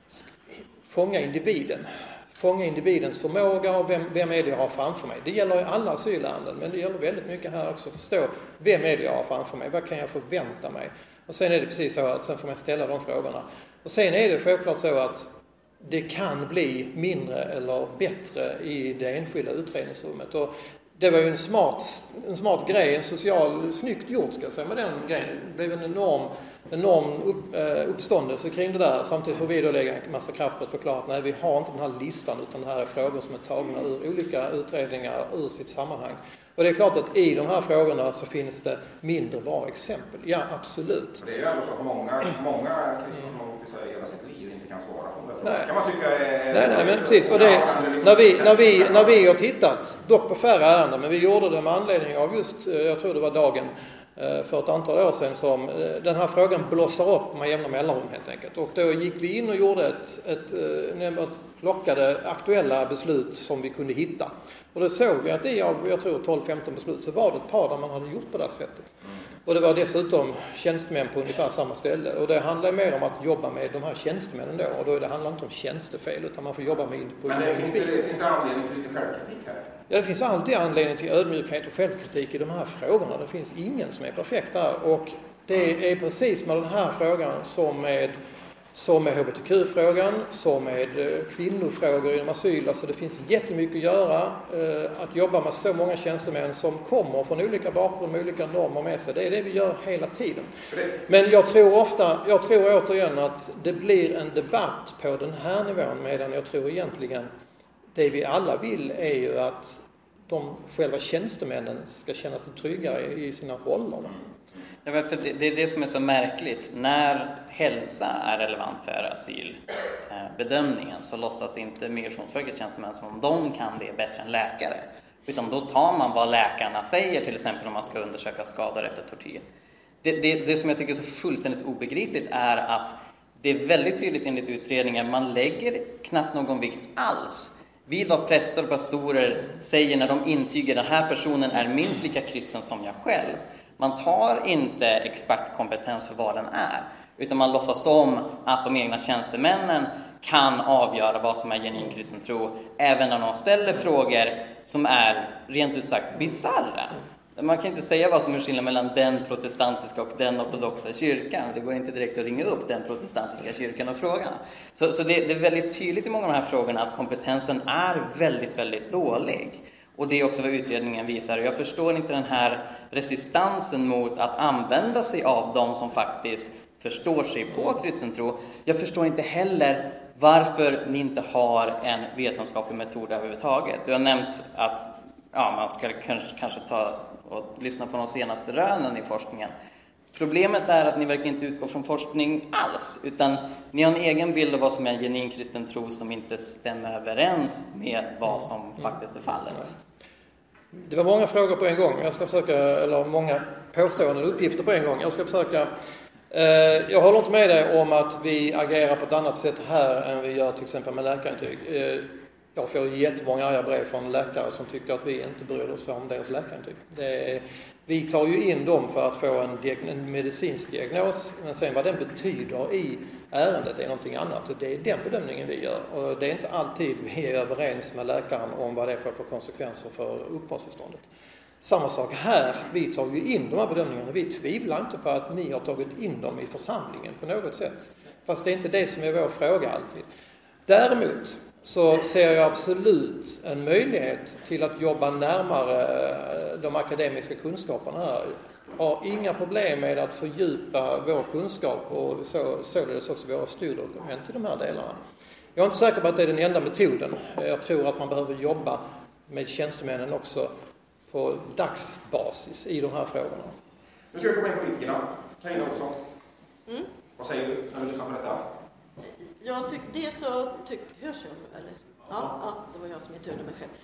fånga individen. Fånga individens förmåga och vem är det jag har framför mig. Det gäller i alla asylärenden, men det gäller väldigt mycket här också. Förstå, vem är det jag har framför mig? Vad kan jag förvänta mig? Och sen är det precis så att sen får man ställa de frågorna. Och sen är det självklart så att det kan bli mindre eller bättre i det enskilda utredningsrummet. Och det var ju en smart grej, snyggt gjort ska jag säga, med den grejen. Det blev en enorm uppståndelse kring det där. Samtidigt får vi då lägga en massa kraft på att förklara att nej, vi har inte den här listan, utan det här är frågor som är tagna ur olika utredningar ur sitt sammanhang. Och det är klart att i de här frågorna så finns det mindre bra exempel. Ja, absolut. Det är ju ändå så att många kristna som har gått i Sverige hela sitt liv inte kan svara på det. Nej. Kan man tycka nej, men precis. Och det, när vi har tittat, dock på färre ärenden, men vi gjorde det med anledning av just, jag tror det var dagen för ett antal år sedan som den här frågan blossar upp med jämna mellanrum helt enkelt. Och då gick vi in och gjorde plockade aktuella beslut som vi kunde hitta. Och då såg vi att jag tror 12-15 beslut så var det ett par där man hade gjort på det sättet. Och det var dessutom tjänstemän på ungefär samma ställe. Och det handlar mer om att jobba med de här tjänstemännen då. Och då handlar det inte om tjänstefel utan man får jobba med på men finns det anledning till lite självkritik här? Ja, det finns alltid anledning till ödmjukhet och självkritik i de här frågorna. Det finns ingen som är perfekt där. Och det är precis med den här frågan som med Så med hbtq-frågan, så med kvinnofrågor inom asyl. Alltså det finns jättemycket att göra. Att jobba med så många tjänstemän som kommer från olika bakgrund med olika normer med sig. Det är det vi gör hela tiden. Men jag tror återigen att det blir en debatt på den här nivån, medan jag tror egentligen det vi alla vill är ju att de själva tjänstemännen ska känna sig tryggare i sina roller. Ja, för det är det som är så märkligt. När hälsa är relevant för asylbedömningen så låtsas inte Migrationsverkets tjänstemän som om de kan det bättre än läkare. Utan då tar man vad läkarna säger, till exempel om man ska undersöka skador efter tortyr. Det som jag tycker är så fullständigt obegripligt är att det är väldigt tydligt enligt utredningen. Man lägger knappt någon vikt alls vid vad präster och pastorer säger när de intyger att den här personen är minst lika kristen som jag själv. Man tar inte expertkompetens för vad den är, utan man låtsas om att de egna tjänstemännen kan avgöra vad som är genuin kristen tro, även när de ställer frågor som är rent ut sagt bizarra. Man kan inte säga vad som är skillnad mellan den protestantiska och den ortodoxa kyrkan. Det går inte direkt att ringa upp den protestantiska kyrkan och fråga. Så det är väldigt tydligt i många av de här frågorna att kompetensen är väldigt, väldigt dålig. Och det är också vad utredningen visar. Jag förstår inte den här resistansen mot att använda sig av de som faktiskt förstår sig på kristen tro. Jag förstår inte heller varför ni inte har en vetenskaplig metod överhuvudtaget. Du har nämnt att man ska kanske ta och lyssna på de senaste rönen i forskningen. Problemet är att ni verkar inte utgå från forskning alls, utan ni har en egen bild av vad som är genuin kristen tro som inte stämmer överens med vad som faktiskt är fallet. Det var många frågor på en gång. Jag ska försöka, eller många påstående uppgifter på en gång. Jag ska försöka. Jag håller inte med dig om att vi agerar på ett annat sätt här än vi gör till exempel med läkarintyg. Jag får jättemånga arga brev från läkare som tycker att vi inte bryr oss om deras läkarintyg. Vi tar ju in dem för att få en medicinsk diagnos, men sen vad den betyder i ärendet är någonting annat. Det är den bedömningen vi gör, och det är inte alltid vi är överens med läkaren om vad det får för konsekvenser för uppehållstillståndet. Samma sak här, vi tar ju in de här bedömningarna. Vi tvivlar inte på att ni har tagit in dem i församlingen på något sätt. Fast det är inte det som är vår fråga alltid. Däremot så ser jag absolut en möjlighet till att jobba närmare de akademiska kunskaperna här. Jag har inga problem med att fördjupa vår kunskap och således också våra studiedokument i de här delarna. Jag är inte säker på att det är den enda metoden. Jag tror att man behöver jobba med tjänstemännen också på dagsbasis i de här frågorna. Nu ska vi komma in på politikerna. Carina också. Vad säger du när vi lyssnar på detta? Jag tycker det hörs jag nu eller? Ja, det var jag som inte hörde mig själv.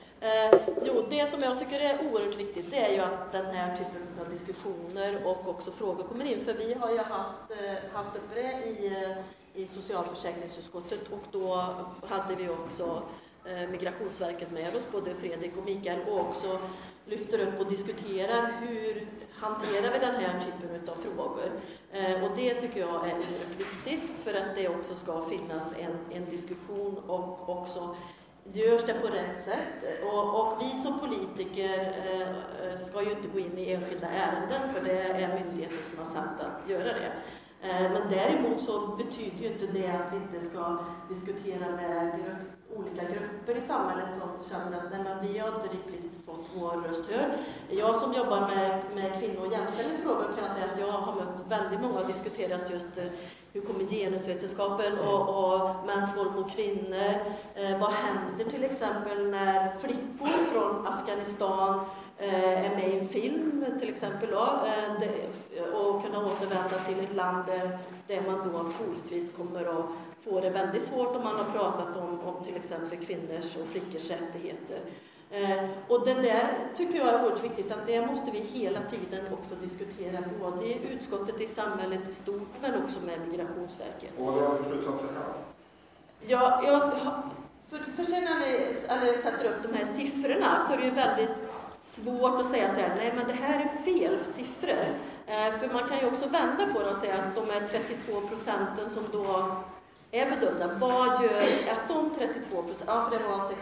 Det som jag tycker är oerhört viktigt, det är ju att den här typen av diskussioner och också frågor kommer in. För vi har ju haft upp det i socialförsäkringsutskottet, och då hade vi också Migrationsverket med oss, både Fredrik och Mikael, och också lyfter upp och diskuterar hur hanterar vi den här typen av frågor. Och det tycker jag är oerhört viktigt, för att det också ska finnas en diskussion, och också görs det på rätt sätt. Och vi som politiker ska ju inte gå in i enskilda ärenden, för det är myndigheter som har satt att göra det. Men däremot så betyder ju inte det att vi inte ska diskutera med olika grupper i samhället som känner att vi har inte riktigt fått vår röst hörd. Jag som jobbar med kvinno- och jämställdhetsfrågor kan jag säga att jag har mött väldigt många diskuteras just hur kommer genusvetenskapen och mäns våld mot kvinnor. Vad händer till exempel när flickor från Afghanistan är med i en film till exempel och kunna återvända till ett land där man då troligtvis kommer att få det väldigt svårt om man har pratat om till exempel kvinnors och flickors rättigheter. Och det där tycker jag är oerhört viktigt, att det måste vi hela tiden också diskutera, både i utskottet, i samhället i stort, men också med Migrationsverket. Och vad drar du för slutsatser här? För sen när ni sätter upp de här siffrorna så är det ju väldigt svårt att säga så här, nej men det här är fel siffror. För man kan ju också vända på det och säga att de här 32% som då är bedömda, vad gör att de 32%, för det var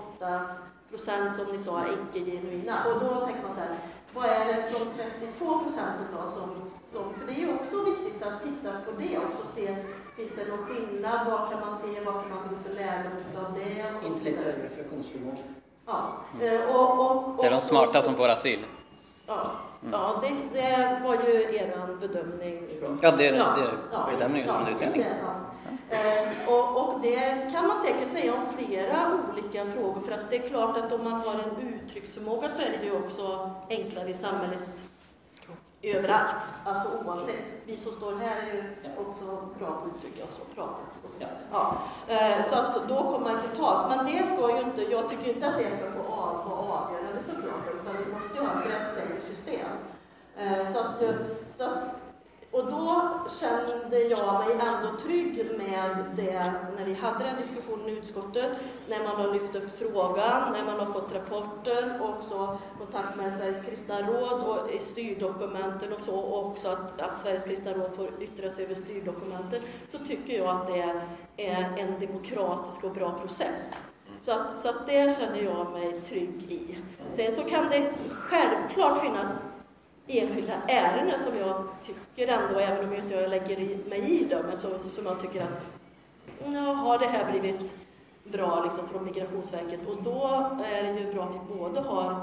68% som ni sa icke genuina. Och då tänker man så här, vad är det de 32% då som för det är ju också viktigt att titta på det och också se, Finns det någon skillnad? Vad kan man se? Vad kan man dra för lärdom av det? Inte lite reflektionsförmåga. Ja. Det är de smarta som får asyl. Ja, det var ju er bedömning. Ja, det är bedömningen som utredning. Och det kan man säkert säga om flera olika frågor, för att det är klart att om man har en uttrycksförmåga så är det ju också enklare i samhället överallt, alltså oavsett. Vi som står här är ju också bra på att uttrycka oss och prata. Så att då kommer man inte ta. Men det ska ju inte, jag tycker inte att det ska få vara avgörande såklart, utan vi måste ju ha ett rättssäkert system. Och då kände jag mig ändå trygg med det när vi hade den diskussionen i utskottet, när man har lyft upp frågan, när man har fått rapporter och också kontakt med Sveriges kristna råd och i styrdokumenten och så, och också att Sveriges kristna råd får yttra sig över styrdokumenten, så tycker jag att det är en demokratisk och bra process. Så att det känner jag mig trygg i. Sen så kan det självklart finnas enskilda ärenden som jag tycker ändå, även om jag inte lägger mig i dem, men som jag tycker att har det här blivit bra liksom från Migrationsverket, och då är det ju bra att vi både har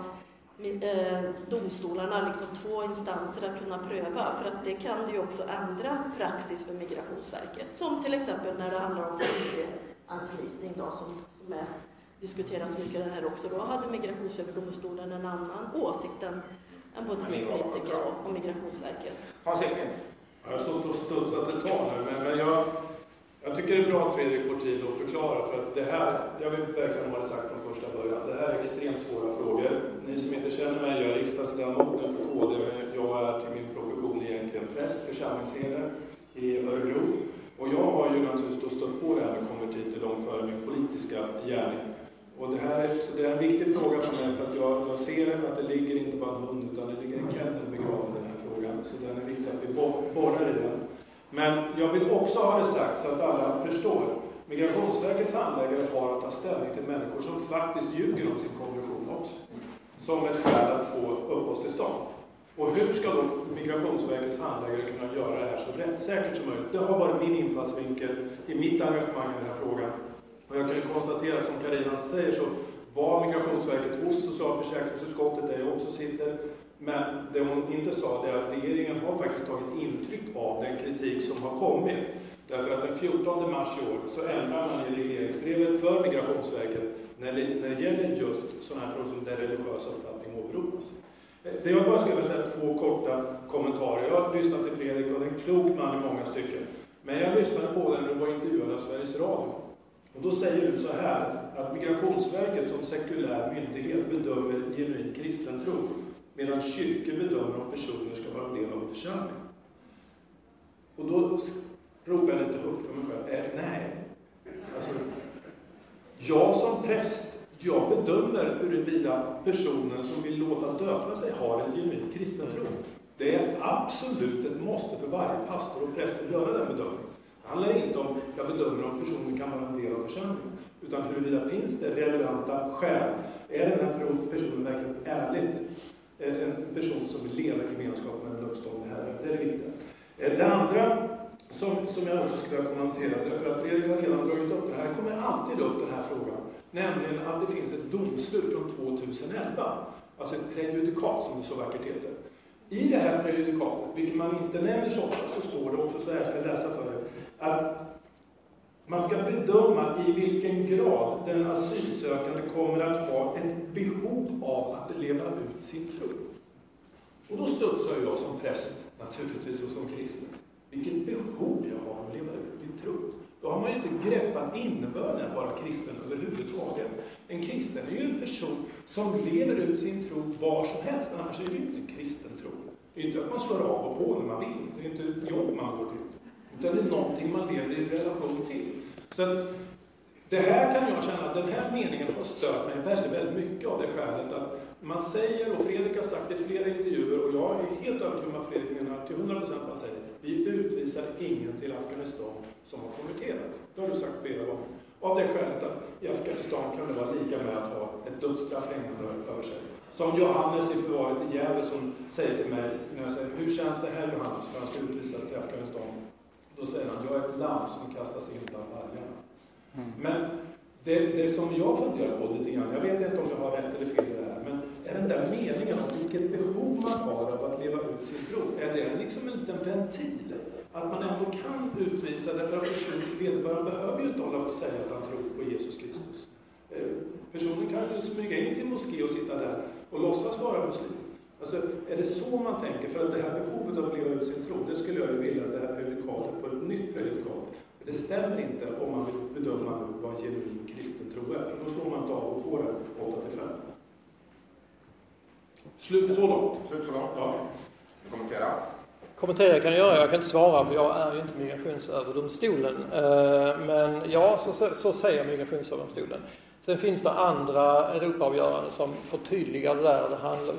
domstolarna, liksom 2 instanser att kunna pröva, för att det kan ju också ändra praxis för Migrationsverket, som till exempel när det handlar om familjeanknytning då, som diskuteras mycket det här också. Då hade Migrationsöverdomstolen en annan åsikt än både politiker och Migrationsverket. Hans Eklind. Jag har stått och studsat ett tag nu, men jag tycker det är bra att Fredrik får tid att förklara, för att det här, jag vet verkligen vad det sagt från första början, det här är extremt svåra frågor. Ni som inte känner mig, jag är riksdagsledamot för KD, men jag är till min profession egentligen präst, församlingsherde i Örebro. Och jag har ju naturligtvis då stött på det här med konvertiter långt före min politiska gärning. Och det är en viktig fråga för mig, för att jag ser att det ligger inte bara en hund, utan det ligger en kennel begraven i den här frågan. Så den är viktig att vi borrar i den. Men jag vill också ha det sagt så att alla förstår. Migrationsverkets handläggare har att ta ställning till människor som faktiskt ljuger om sin konversion också. Som ett skäl att få uppehållstillstånd. Och hur ska då Migrationsverkets handläggare kunna göra det här så rättssäkert som möjligt? Det har varit min infallsvinkel i mitt engagemang i den här frågan. Och jag kan ju konstatera, som Carina säger, så var Migrationsverket hos socialförsäkringsutskottet, där jag också sitter. Men det hon inte sa, det är att regeringen har faktiskt tagit intryck av den kritik som har kommit. Därför att den 14 mars i år så ändrar man i regleringsbrevet för Migrationsverket när det gäller just sådana här frågor som där religiös uppfattning åberopas. Det jag bara skulle vilja säga 2 korta kommentarer. Jag har lyssnat till Fredrik och det är en klok man i många stycken. Men jag lyssnade på den när du var intervjuad av Sveriges Radio. Och då säger du så här, att Migrationsverket som sekulär myndighet bedömer genuin kristen tro, medan kyrkor bedömer om personer ska vara en del av en församling. Och då ropar jag lite högt för mig själv, nej. Alltså, jag som präst, jag bedömer huruvida personen som vill låta döpa sig har en genuin kristen tro. Det är absolut ett måste för varje pastor och präst att göra den bedömningen. Det handlar inte om, jag bedömer om personen kan vara en del av församlingen, utan huruvida finns det relevanta skäl. Är den här personen verkligen ärligt en person som vill leva i gemenskap med den uppstående Herren? Det är det viktiga. Det andra som jag också skulle vilja kommentera, därför att Fredrik har redan dragit upp det här, kommer alltid upp den här frågan, nämligen att det finns ett domslut från 2011, alltså ett prejudikat som det så vackert heter. I det här prejudikatet, vilket man inte nämner så ofta, så står det också så här, jag ska läsa för er, att man ska bedöma i vilken grad den asylsökande kommer att ha ett behov av att leva ut sin tro. Och då studsar jag som präst, naturligtvis, och som kristen. Vilket behov jag har att leva ut min tro. Då har man ju inte greppat innebörden att vara kristen överhuvudtaget. En kristen är ju en person som lever ut sin tro var som helst. Annars är det ju inte kristen tro. Det är inte att man slår av och på när man vill. Det är inte ett jobb man går till. Utan det är någonting man lever i relation till. Så det här kan jag känna att den här meningen har stört mig väldigt, väldigt mycket av det skälet att man säger, och Fredrik har sagt det i flera intervjuer, och jag är helt övertygad om att Fredrik menar till 100% vad han säger. Vi utvisar ingen till Afghanistan som har konverterat. Det har du sagt flera gånger. Av det skälet att i Afghanistan kan det vara lika med att ha ett dödsstraff hängande över sig. Som Johannes i förvaret i Gävle som säger till mig när jag säger, hur känns det här Johannes för att han ska utvisas till Afghanistan? Då säger han, jag är ett lamm som kastas in bland vargarna. Men det som jag funderar på lite grann, jag vet inte om jag har rätt eller fel i det här, men är den där meningen om vilket behov man har av att leva ut sin tro, är det liksom en liten ventil? Att man ändå kan utvisa det, för att vederbörande behöver ju inte hålla på att säga att han tror på Jesus Kristus. Personen kan ju smyga in till moské och sitta där och låtsas vara muslim. Alltså, är det så man tänker? För att det här behovet av att leva ut sin tro, det skulle jag ju vilja att det här prejudikatet får ett nytt prejudikat. Det stämmer inte om man vill bedöma vad genuin kristen tro är. För då slår man inte av och på det 8-5. Slut så långt. Ja. Du kommenterar? Kommentera kan jag göra, jag kan inte svara för jag är ju inte Migrationsöverdomstolen. Men ja, så säger Migrationsöverdomstolen. Sen finns det andra Europaavgöranden som förtydligar det där.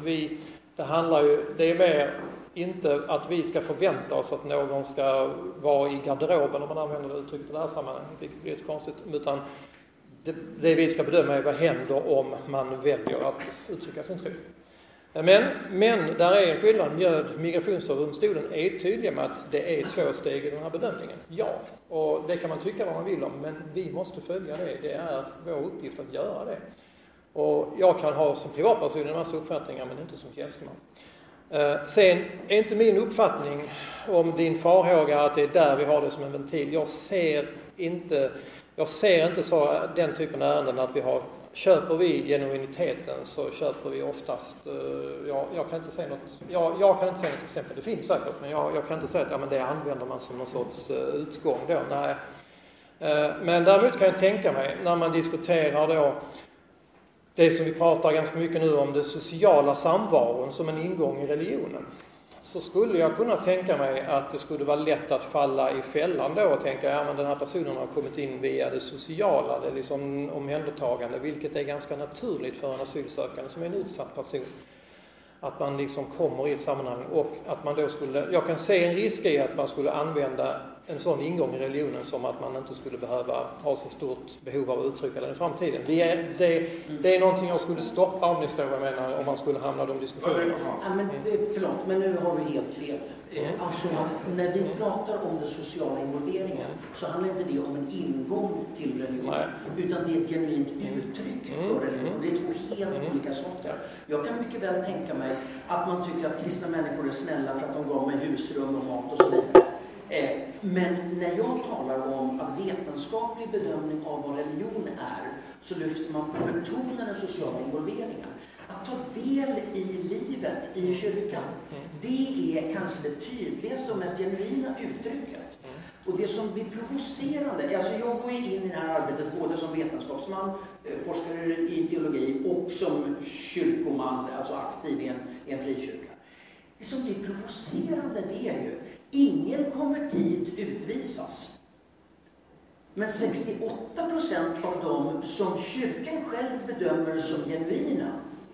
Det är mer inte att vi ska förvänta oss att någon ska vara i garderoben, om man använder det uttrycket i det här sammanhanget, vilket blir lite konstigt, utan det vi ska bedöma är vad händer om man väljer att uttrycka sin tro. Men där är en skillnad. Migrationsöverdomstolen är tydlig med att det är 2 steg i den här bedömningen. Ja, och det kan man tycka vad man vill om, men vi måste följa det. Det är vår uppgift att göra det. Och jag kan ha som privatperson en massa uppfattningar, men inte som tjänsteman. Sen är inte min uppfattning om din farhåga att det är där vi har det som en ventil. Jag ser inte så den typen av ärenden att köper vi genuiniteten så köper vi oftast, jag kan inte säga något exempel, det finns säkert, men jag kan inte säga att det använder man som någon sorts utgång då, nej. Men däremot kan jag tänka mig, när man diskuterar då det som vi pratar ganska mycket nu om, det sociala samvaron som en ingång i religionen, så skulle jag kunna tänka mig att det skulle vara lätt att falla i fällan då och tänka, men den här personen har kommit in via det sociala, det är liksom omhändertagande, vilket är ganska naturligt för en asylsökande som är en utsatt person. Att man liksom kommer i ett sammanhang och att man då jag kan se en risk i att man skulle använda en sån ingång i religionen som att man inte skulle behöva ha så stort behov av att uttrycka den i framtiden. Det är någonting jag skulle stoppa om ni står vad jag menar, om man skulle hamna i de diskussionerna. Ja, men, förlåt, men nu har du helt fel. Alltså, när vi pratar om den sociala involveringen så handlar inte det om en ingång till religion. Nej. Utan det är ett genuint uttryck för religion. Det är 2 helt olika saker. Jag kan mycket väl tänka mig att man tycker att kristna människor är snälla för att de gav mig husrum och mat och så vidare. Men när jag talar om att vetenskaplig bedömning av vad religion är, så lyfter man på betonar den sociala involveringen. Att ta del i livet i kyrkan, det är kanske det tydligaste och mest genuina uttrycket. Och det som blir provocerande, alltså jag går in i det här arbetet både som vetenskapsman, forskare i teologi och som kyrkoman, alltså aktiv i en frikyrka. Det som blir provocerande, det är ju ingen konvertit utvisas. Men 68% av dem som kyrkan själv bedömer som genuina,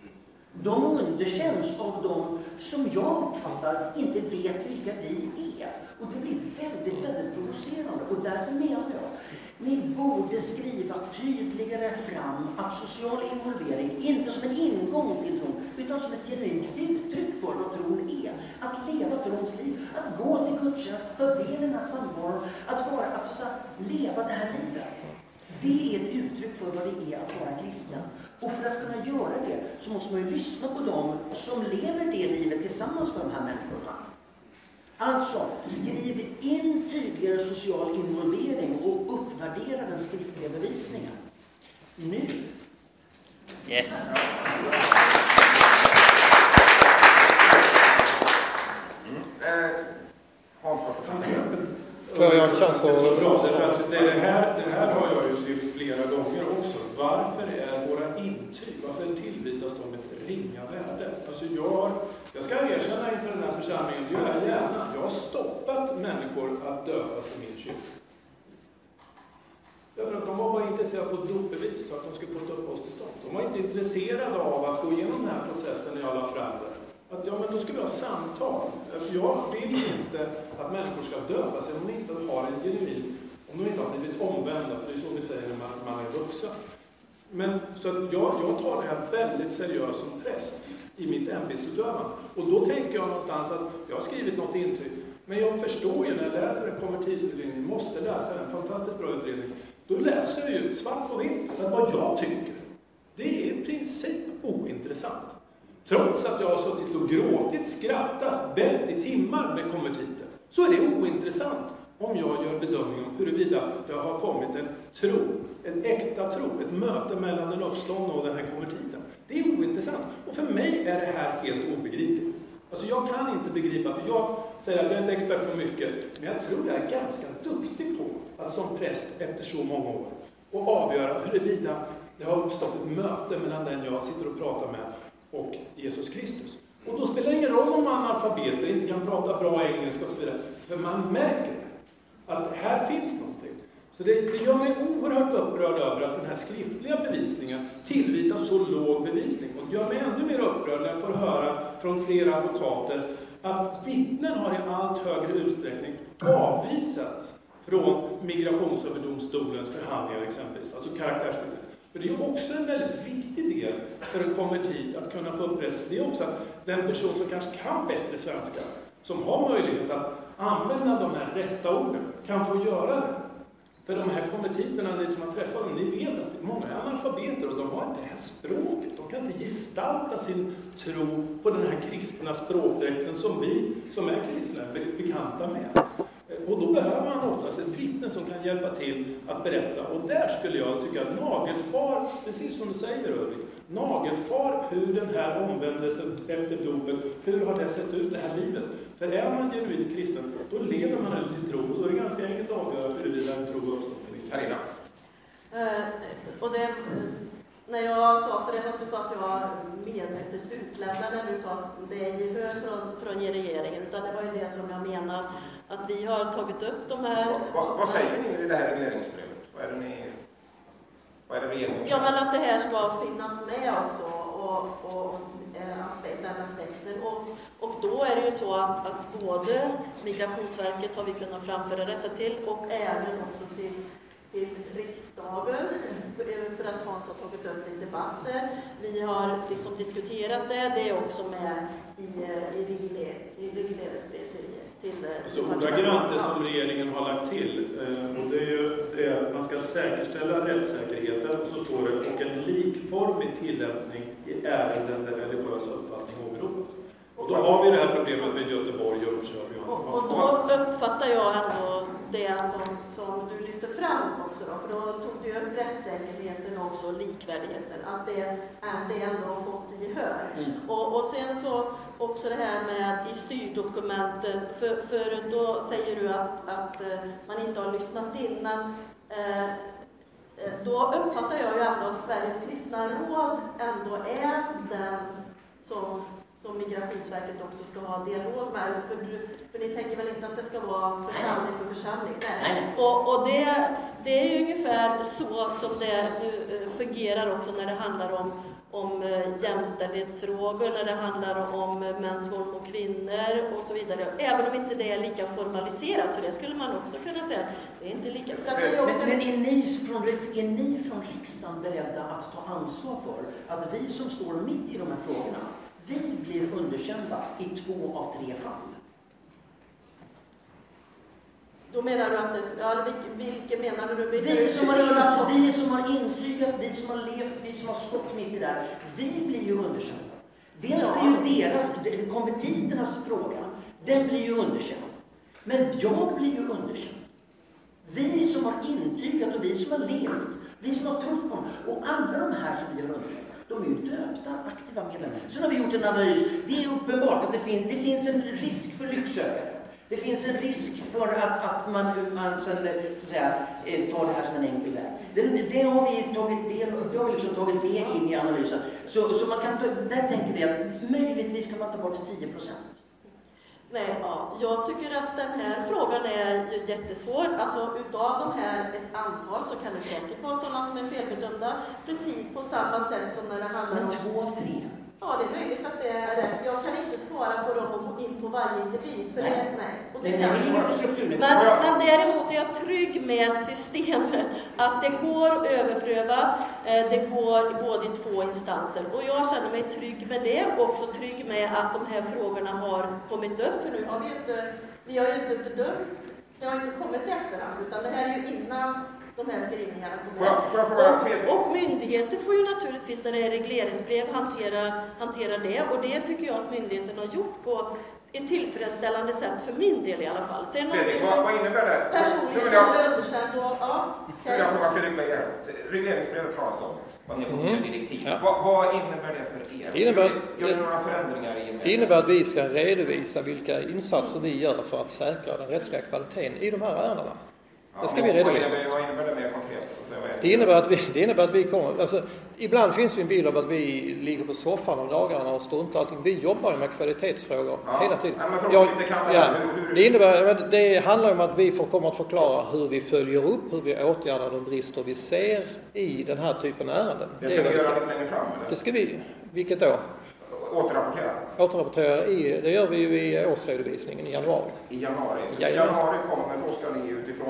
de underkänns av dem som jag uppfattar inte vet vilka vi är. Och det blir väldigt, väldigt provocerande. Och därför menar jag, ni borde skriva tydligare fram att social involvering, inte som en ingång till tron, utan som ett genuint uttryck för vad tron är. Att leva trons liv, att gå till gudstjänst, ta del i den här samvaron, att leva det här livet. Det är ett uttryck för vad det är att vara kristen. Och för att kunna göra det så måste man ju lyssna på dem som lever det livet tillsammans med de här människorna. Alltså, skriv in tydligare social involvering och uppvärdera den skriftliga bevisningen. Nu. Yes. Hans Får jag en chans att... Det här har jag ju lyft flera gånger också. Varför är våra intyg, varför tillvitas de ett ringa värde? Alltså jag ska erkänna inför den här församlingen, det gör jag gärna. Jag har stoppat människor att döpas i min kyrka. De var bara intresserade på ett dopbevis så att de skulle få ett uppehållstillstånd. De var inte intresserade av att gå igenom den här processen när jag la fram det. Att men då ska vi ha samtal. Jag vill inte att människor ska döpas om de inte har en genuin, om de inte har blivit omvända, för det är så vi säger när man är vuxen. Men så att jag tar det här väldigt seriöst som präst i mitt ämbetsutövande. Och då tänker jag någonstans att jag har skrivit något intyg. Men jag förstår ju när jag läser en konvertitutredning, måste läsa en fantastiskt bra utredning. Då läser jag ju svart på vitt vad jag tycker. Det är i princip ointressant. Trots att jag har suttit och gråtit, skrattat, bett i timmar med konvertiter, så är det ointressant om jag gör bedömning om huruvida det har kommit en tro, en äkta tro, ett möte mellan den uppståndne och den här konvertiten. Det är ointressant. Och för mig är det här helt obegripligt. Alltså jag kan inte begripa, för jag säger att jag är inte expert på mycket, men jag tror jag är ganska duktig på att som präst efter så många år och avgöra huruvida det har uppstått ett möte mellan den jag sitter och pratar med och Jesus Kristus. Och då spelar det ingen roll om man analfabeter inte kan prata bra engelska och så vidare, för man märker att här finns någonting. Så det gör mig oerhört upprörd över att den här skriftliga bevisningen tillvitas så låg bevisning. Och det gör mig ännu mer upprörd när jag får höra från flera advokater att vittnen har i allt högre utsträckning avvisats från Migrationsöverdomstolens förhandlingar exempelvis, alltså karaktärsbevis. För det är också en väldigt viktig del för en konvertit att kunna få upprättelse. Det är också att den person som kanske kan bättre svenska, som har möjlighet att använda de här rätta orden, kan få göra det. För de här konvertiterna, ni som har träffat dem, ni vet att många är analfabeter och de har inte det här språket. De kan inte gestalta sin tro på den här kristna språkdräkten som vi som är kristna är bekanta med. Och då behöver man oftast ett vittne som kan hjälpa till att berätta. Och där skulle jag tycka att nagelfar, precis som du säger Ulrik, nagelfar hur den här omvändelsen efter dopet, hur har det sett ut det här livet? För är man genuint kristen, då lever man ut sin tro. Och då är det ganska enkelt att avgöra huruvida en tro uppstått eller inte. Carina. Och det, när jag sa, så det var inte så att jag var medvetet utlämnad när du sa att det är gehör från regeringen, utan det var ju det som jag menar att vi har tagit upp de här... Vad säger ni i det här regleringsbrevet? Vad är det regeringen? Ja, men att det här ska finnas med också och den aspekten. Och då är det ju så att både Migrationsverket har vi kunnat framföra detta till och även också till riksdagen, för att Hans har tagit upp det i debatter. Vi har liksom diskuterat det. Det är också med i regleringsbrev till alltså ordagrant det som regeringen har lagt till, och det är ju det att man ska säkerställa rättssäkerheten, och så står det, och en likformig tillämpning i ärenden där religiös uppfattning åberopas. Och då har vi det här problemet med Göteborg, Jönköping. Och då uppfattar jag ändå det som du lyfter fram också då, för då tog du upp rättssäkerheten också, likvärdigheten, att det ändå har fått gehör. Och sen så också det här med i styrdokumenten, för då säger du att man inte har lyssnat in, men då uppfattar jag ju ändå att Sveriges kristna råd ändå är den som Migrationsverket också ska ha dialog med. För ni tänker väl inte att det ska vara församling för församling? Nej. Och det är ju ungefär så som det fungerar också när det handlar om jämställdhetsfrågor, när det handlar om mäns våld mot kvinnor och så vidare. Även om inte det är lika formaliserat, så det skulle man också kunna säga. Det är inte lika. För att det är också... Men är ni från riksdagen beredda att ta ansvar för att vi som står mitt i de här frågorna, vi blir underkända i 2 av 3 fall? Då menar du att det, vilka menar du? Vi som har intygat, vi som har levt, vi som har stått mitt i där, vi blir ju underkända. Dels blir ju konvertiternas fråga, den blir ju underkänd. Men jag blir ju underkänd. Vi som har intygat och vi som har levt, vi som har trott på dem, och alla de här som vi har underkänt, de är ju döpta aktiva medlemmar. Sen har vi gjort en analys. Det är uppenbart att det finns en risk för lycksökare. Det finns en risk för att man sen, så att säga, tar det här som en enkel väg. Det har vi tagit med in i analysen. Så man kan där tänker vi att möjligtvis kan man ta bort 10%. Nej, ja. Jag tycker att den här frågan är ju jättesvår. Alltså utav de här ett antal så kan det säkert vara sådana som är felbedömda. Precis på samma sätt som när det handlar om... Men 2 av 3? Ja, det är möjligt att det är rätt. Jag kan inte svara på dem och gå in på varje individ. För nej. Och det men däremot är jag trygg med systemet. Att det går att överpröva. Det går både i 2 instanser. Och jag känner mig trygg med det. Och också trygg med att de här frågorna har kommit upp. För nu har vi inte Vi har ju inte bedömt, det har inte kommit i efterhand, utan det här är ju innan de här skrivningarna kommer. Och myndigheter får ju naturligtvis när det är regleringsbrev hantera det, och det tycker jag att myndigheten har gjort på ett tillfredsställande sätt för min del i alla fall. Sen Fredrik, vad innebär det? Personligen som är underkänd och Nu vill jag fråga Fredrik Beijer. Regleringsbrevet talas om. Man ger nya direktiv. Ja. Vad innebär det för er? Gör ni några förändringar i det? Innebär att vi ska redovisa vilka insatser vi gör för att säkra den rättsliga kvaliteten i de här ärendena. Det ska vi redovisa. Vad innebär det mer konkret? Det innebär att vi kommer... Alltså, ibland finns det en bild av att vi ligger på soffan om dagarna och struntar allting. Vi jobbar ju med kvalitetsfrågor hela tiden. Det handlar om att vi kommer att förklara hur vi följer upp, hur vi åtgärdar de brister vi ser i den här typen av ärenden. Det ska vi göra lite längre fram? Eller? Det ska vi. Vilket då? Återrapportera det gör vi ju i årsredovisningen i januari. I januari? I januari då ska ni utifrån...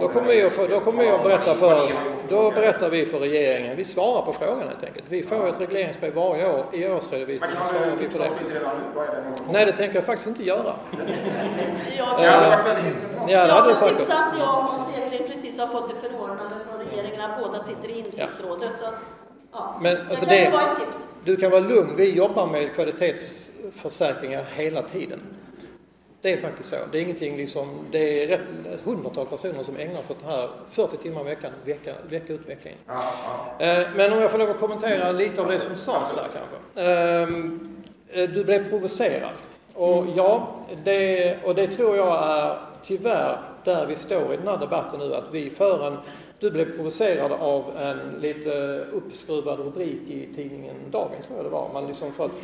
Då berättar vi för regeringen. Vi svarar på frågan helt enkelt. Vi får ett regleringsbrev varje år i årsredovisningen. Men kan du tipsa oss lite redan nu? Vad är det? Nej, det tänker jag faktiskt inte göra. Det hade varit väldigt intressant. Jag har tipsat att jag och Hans Eklind precis har fått det förordnande från regeringen att båda sitter i insynsrådet. Så men alltså du kan vara lugn, vi jobbar med kvalitetsförsäkringar hela tiden. Det är faktiskt så. Det är ingenting liksom, det är hundratals personer som ägnar sig åt det här 40 timmar i veckan, vecka ut, vecka in. Men om jag får lov att kommentera lite av det som sades här kanske. Du blev provocerad. Och det tror jag är tyvärr där vi står i den här debatten nu, att du blev provocerad av en lite uppskruvad rubrik i tidningen Dagen, tror jag det var. Man liksom för att,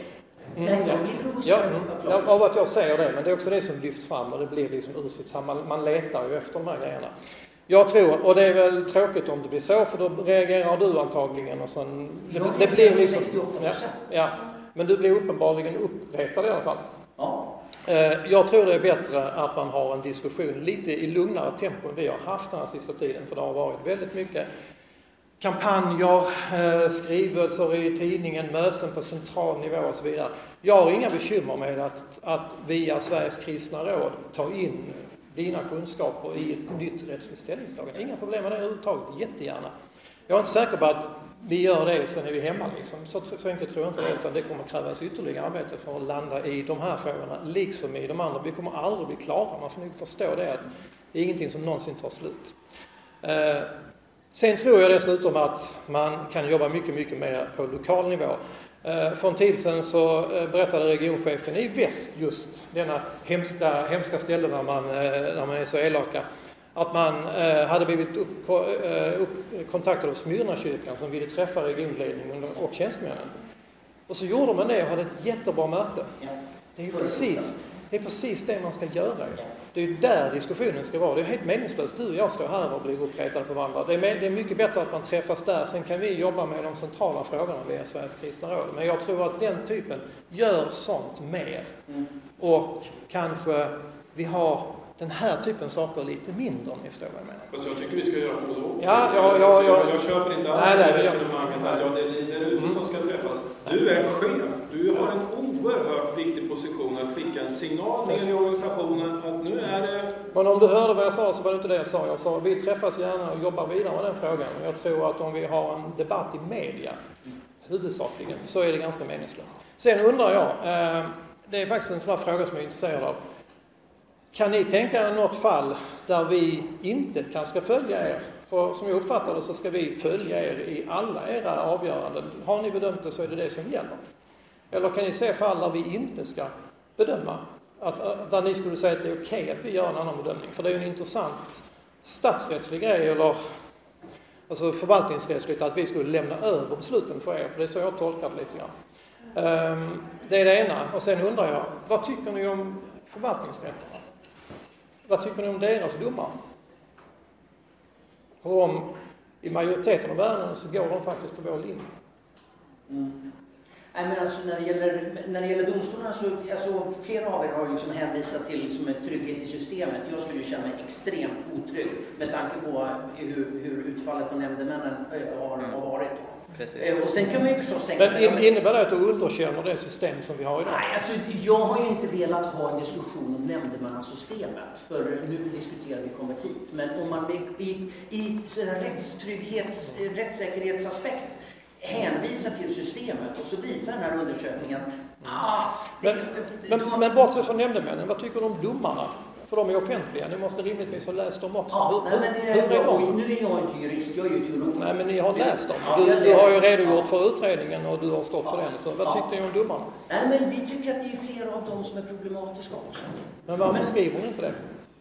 av att jag säger det, men det är också det som lyfts fram och det blir liksom ur sitt sammanhang. Man letar ju efter de här grejerna. Jag tror, och det är väl tråkigt om det blir så, för då reagerar du antagligen och sen... Det blir liksom... Ja, men du blir uppenbarligen uppretad i alla fall. Ja. Jag tror det är bättre att man har en diskussion lite i lugnare tempo än vi har haft den här sista tiden, för det har varit väldigt mycket kampanjer, skrivelser i tidningen, möten på central nivå och så vidare. Jag har inga bekymmer med att via Sveriges kristna råd ta in dina kunskaper i ett nytt rättsligt ställningstagande. Inga problem med det överhuvudtaget, jättegärna. Jag är inte säker på att vi gör det sen är vi hemma liksom. Så enkelt tror jag inte det, utan det kommer krävas ytterligare arbete för att landa i de här frågorna liksom i de andra. Vi kommer aldrig bli klara, man får nog förstå det, att det är ingenting som någonsin tar slut. Sen tror jag dessutom att man kan jobba mycket, mycket mer på lokal nivå. För en tid sedan så berättade regionchefen i väst just denna hemska ställe där man är så elaka, att man hade blivit kontaktad av Smyrnakyrkan som ville träffa regionledningen och tjänstemännen. Och så gjorde man det och hade ett jättebra möte. Det är precis det man ska göra. Det är ju där diskussionen ska vara. Det är helt meningslöst. Du och jag står här och blir uppretade på varandra. Det är mycket bättre att man träffas där. Sen kan vi jobba med de centrala frågorna via Sveriges kristna råd. Men jag tror att den typen gör sånt mer. Och kanske vi har den här typen saker lite mindre, om ni förstår vad jag menar. Fast jag tycker vi ska göra både och. Jag köper inte alls det resonemanget att det är lider som ska träffas. Du är chef. Du har en oerhört viktig position att skicka en signal till i organisationen att nu är det... Men om du hörde vad jag sa så var det inte det jag sa. Jag sa vi träffas gärna och jobbar vidare med den frågan. Jag tror att om vi har en debatt i media huvudsakligen så är det ganska meningslöst. Sen undrar jag, det är faktiskt en sån här fråga som jag är intresserad av. Kan ni tänka er något fall där vi inte ska följa er? För som jag uppfattar det så ska vi följa er i alla era avgöranden. Har ni bedömt det så är det det som gäller. Eller kan ni se fall där vi inte ska bedöma? Där ni skulle säga att det är okej att vi gör en annan bedömning. För det är ju en intressant statsrättslig grej eller alltså förvaltningsrättsligt att vi skulle lämna över besluten för er. För det är så jag har tolkat lite grann. Det är det ena. Och sen undrar jag, vad tycker ni om förvaltningsrätten? Vad tycker ni om deras domar? Och i majoriteten av världen så går de faktiskt på vår linje. Nej, men alltså när det gäller domstolarna så alltså, flera av er har liksom hänvisat till liksom en trygghet i systemet. Jag skulle känna mig extremt otrygg med tanke på hur utfallet på nämndemännen har varit. Precis. Och sen kan man ju förstås tänka sig... Men innebär det att du underkänner det system som vi har idag? Nej, alltså, jag har ju inte velat ha en diskussion om nämndemannasystemet, för nu diskuterar vi konvertit. Men om man i rättssäkerhetsaspekt hänvisar till systemet och så visar den här undersökningen... Men bortsett från nämndemännen, vad tycker du om domarna? För de är offentliga, ni måste rimligtvis ha läst dem också. Ja, nu är jag inte jurist, jag är ju teolog. Nej, men ni har läst dem. Du har ju redogjort för utredningen och du har stått för den. Så vad tyckte ni om domarna? Nej, men vi tycker att det är flera av dem som är problematiska också. Men varför skriver ni inte det?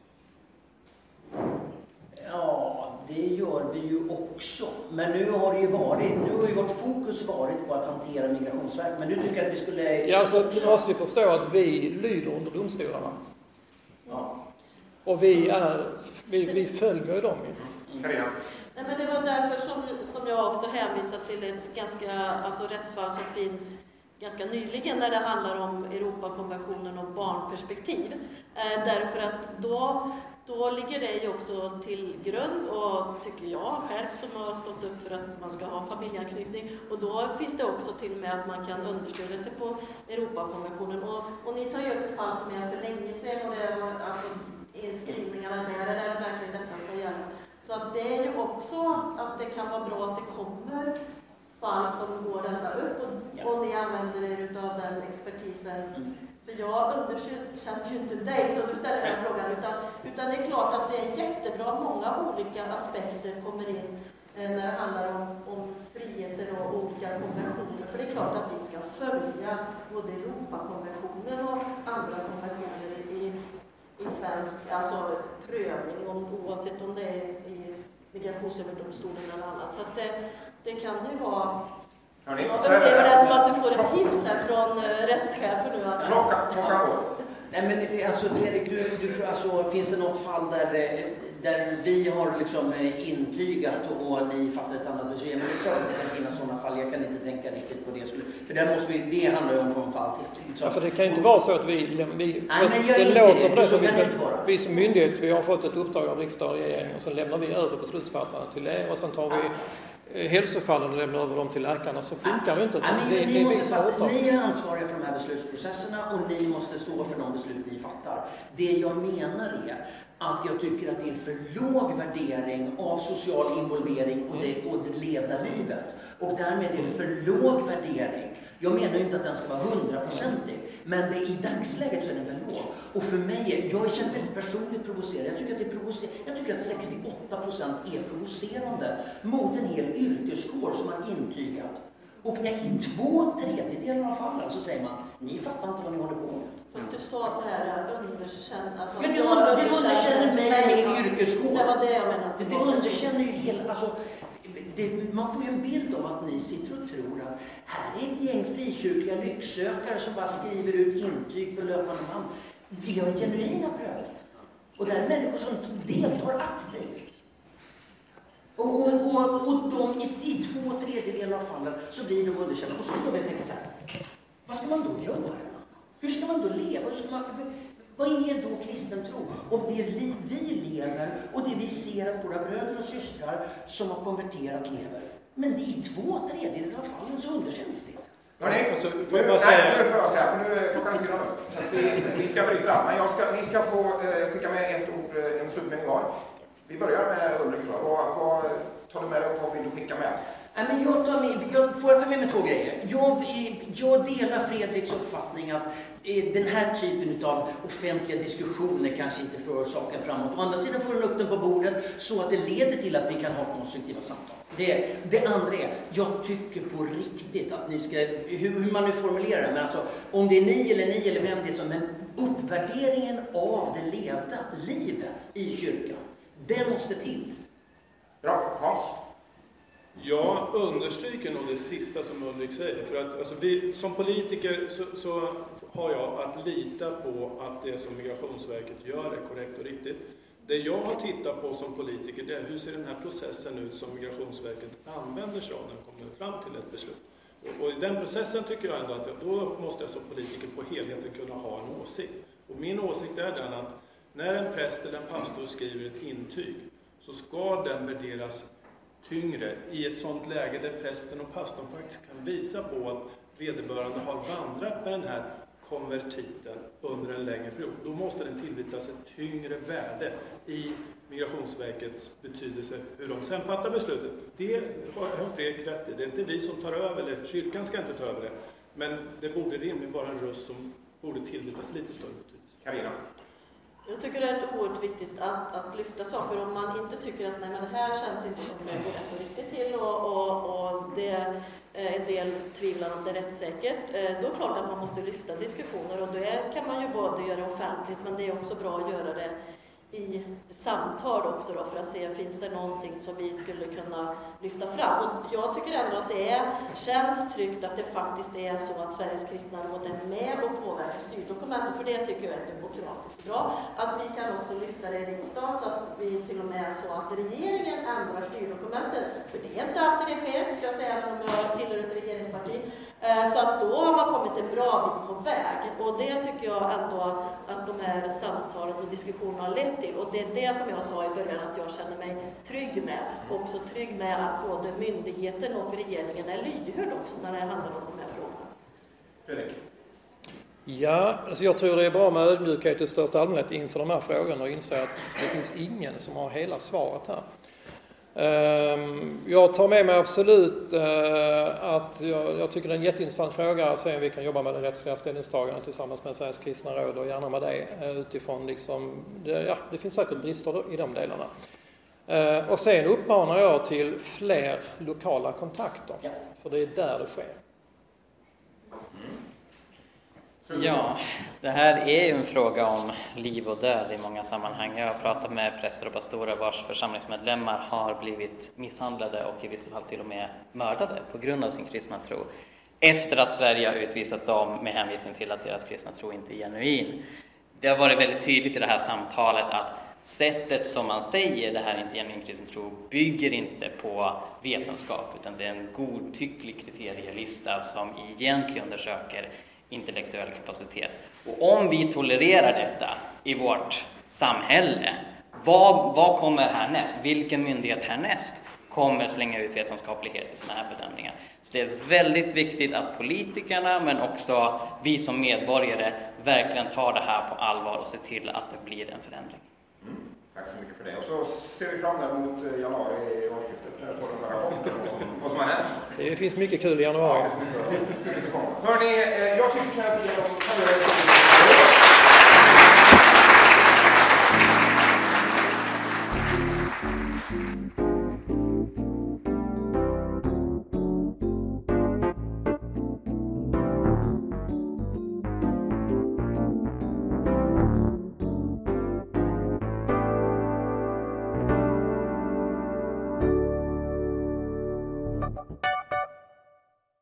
Ja, det gör vi ju också. Men nu har ju vårt fokus varit på att hantera Migrationsverket. Men du tycker att vi skulle... Ja, alltså, du måste förstå att vi lyder under domstolarna. Ja. Och vi följer ju dem. Carina? Nej, men det var därför som jag också hänvisade till ett rättsfall som finns ganska nyligen när det handlar om Europakonventionen och barnperspektiv. Därför att då ligger det ju också till grund, och tycker jag själv som har stått upp för att man ska ha familjeanknytning, och då finns det också till och med att man kan understödja sig på Europakonventionen. Och ni tar ju upp ett fall som är för länge sedan, och det var alltså inskrivningarna där är det verkligen detta ska gälla. Så att det är ju också att det kan vara bra att det kommer fall som går detta upp, och ni använder er av den expertisen. För jag underkänner ju inte dig så du ställer den frågan, utan det är klart att det är jättebra, många olika aspekter kommer in när det handlar om friheter och olika konventioner. För det är klart att vi ska följa både Europakonventionen och andra konventioner i svensk prövning, oavsett om det är i Migrationsöverdomstolen eller annat. Så att det kan ju vara... Jag upplever det som att du får ett tips här från rättschefen nu. Klockan går. Nej, men alltså Fredrik, finns det något fall där vi har liksom intygat och ni fattar ett annat beslut? Men det är klart att det kan finnas sådana fall. Jag kan inte tänka riktigt på det. För där måste det handlar ju om från fall till. Ja, för det kan inte vara så att vi som myndighet, vi har fått ett uppdrag av riksdag och regering, och så lämnar vi över beslutsfattarna till er, och sen tar vi hälsofallen och lämnar över dem till läkarna, så funkar det inte. Ni är ansvariga för de här beslutsprocesserna och ni måste stå för de beslut ni fattar. Det jag menar är att jag tycker att det är en för låg värdering av social involvering och det levda livet. Och därmed är det för låg värdering. Jag menar inte att den ska vara 100%, men i dagsläget så är den för låg. Och för mig, jag känner inte personligt provocerad. Jag tycker att det är provocerande. Jag tycker att 68% är provocerande mot en hel yrkeskår som har intygat. Och i 2/3 av fallen så säger man, ni fattar inte vad ni håller på med. Fast du sa så här, underkänner... Alltså, men det underkänner mig och min yrkeskår. Det var det jag menade. Det underkänner ju hela... Alltså, man får ju en bild av att ni sitter och tror att här är ett gäng frikyrkliga lycksökare som bara skriver ut intyg på löpande band. Vi har genuina prövningar. Och där är människor som deltar aktivt. Och de i 2/3 av fallen så blir de underkända. Och så ska vi tänka så här, vad ska man då göra? Hur ska man då leva? Vad är då kristen tro? Om det vi lever och det vi ser att våra bröder och systrar som har konverterat lever. Men i 2/3 av fallen så underkänns det. Hörrni, nu får jag säga, för nu är klockan 4. Vi ska bryta, men ni ska få skicka med ett ord, en slutmening var. Vi börjar med Ulrik. Vad tar du med dig och vad vill du skicka med? Men jag får ta med mig 2 grejer. Jag delar Fredriks uppfattning att den här typen av offentliga diskussioner kanske inte för saken framåt. Å andra sidan får den upp den på bordet så att det leder till att vi kan ha konstruktiva samtal. Det andra är, jag tycker på riktigt att ni ska, hur man nu formulerar det, men alltså om det är ni eller vem det är som, men uppvärderingen av det levda livet i kyrkan, det måste till. Bra, Hans. Jag understryker nog det sista som Ulrik säger. För att alltså, vi, som politiker så har jag att lita på att det som Migrationsverket gör är korrekt och riktigt. Det jag har tittat på som politiker, det är hur ser den här processen ut som Migrationsverket använder sig av när de kommer fram till ett beslut. Och i den processen tycker jag ändå att då måste jag som politiker på helheten kunna ha en åsikt. Och min åsikt är den att när en präst eller en pastor skriver ett intyg så ska den värderas tyngre i ett sådant läge där prästen och pastorn faktiskt kan visa på att vederbörande har vandrat med den här konvertiten under en längre period. Då måste den tillvitas ett tyngre värde i Migrationsverkets betydelse, hur de sen fattar beslutet. Det har Fredrik rätt i. Det är inte vi som tar över, eller kyrkan ska inte ta över det. Men det borde rimligen vara en röst som borde tillvitas lite större betydelse. Carina? Jag tycker det är oerhört viktigt att lyfta saker. Om man inte tycker att nej, men det här känns inte som det går rätt och riktigt till och det är en del tvivlar om det är rättssäkert, då är det klart att man måste lyfta diskussioner, och det kan man ju både göra offentligt, men det är också bra att göra det i samtal också då, för att se finns det någonting som vi skulle kunna lyfta fram. Och jag tycker ändå att det känns tryggt att det faktiskt är så att Sveriges kristna råd är med och påverkar styrdokumentet, för det tycker jag är demokratiskt bra. Att vi kan också lyfta det i riksdagen så att vi till och med är så att regeringen ändrar styrdokumentet, för det är inte alltid det sker, ska jag säga, om jag tillhör ett regeringsparti. Så att då har man kommit en bra bit på väg, och det tycker jag ändå att de här samtalen och diskussionerna har lett till, och det är det som jag sa i början att jag känner mig trygg med, också trygg med att både myndigheten och regeringen är lyhörd också när det handlar om de här frågorna. Fredrik? Ja, alltså jag tror det är bra med ödmjukhet i största allmänhet inför de här frågorna och inse att det finns ingen som har hela svaret här. Jag tar med mig absolut att jag tycker det är en jätteintressant fråga att se om vi kan jobba med det rättsliga ställningstagandet tillsammans med Sveriges kristna råd, och gärna med det utifrån liksom, det finns säkert brister i de delarna. Och sen uppmanar jag till fler lokala kontakter, för det är där det sker. Ja, det här är ju en fråga om liv och död i många sammanhang. Jag har pratat med präster och pastorer vars församlingsmedlemmar har blivit misshandlade och i vissa fall till och med mördade på grund av sin kristna tro, efter att Sverige har utvisat dem med hänvisning till att deras kristna tro inte är genuin. Det har varit väldigt tydligt i det här samtalet att sättet som man säger det här är inte genuin kristen tro bygger inte på vetenskap, utan det är en godtycklig kriterielista som egentligen undersöker intellektuell kapacitet. Och om vi tolererar detta i vårt samhälle, vad kommer härnäst? Vilken myndighet härnäst kommer slänga ut vetenskaplighet i sådana här bedömningar? Så det är väldigt viktigt att politikerna, men också vi som medborgare, verkligen tar det här på allvar och ser till att det blir en förändring. Tack så mycket för det. Och så ser vi fram emot januari i årsskiftet på den förra fonden och vad som har hänt. Det finns mycket kul i januari. Ja, mycket som kommer. Hörrni, jag tycker så att vi kan göra det.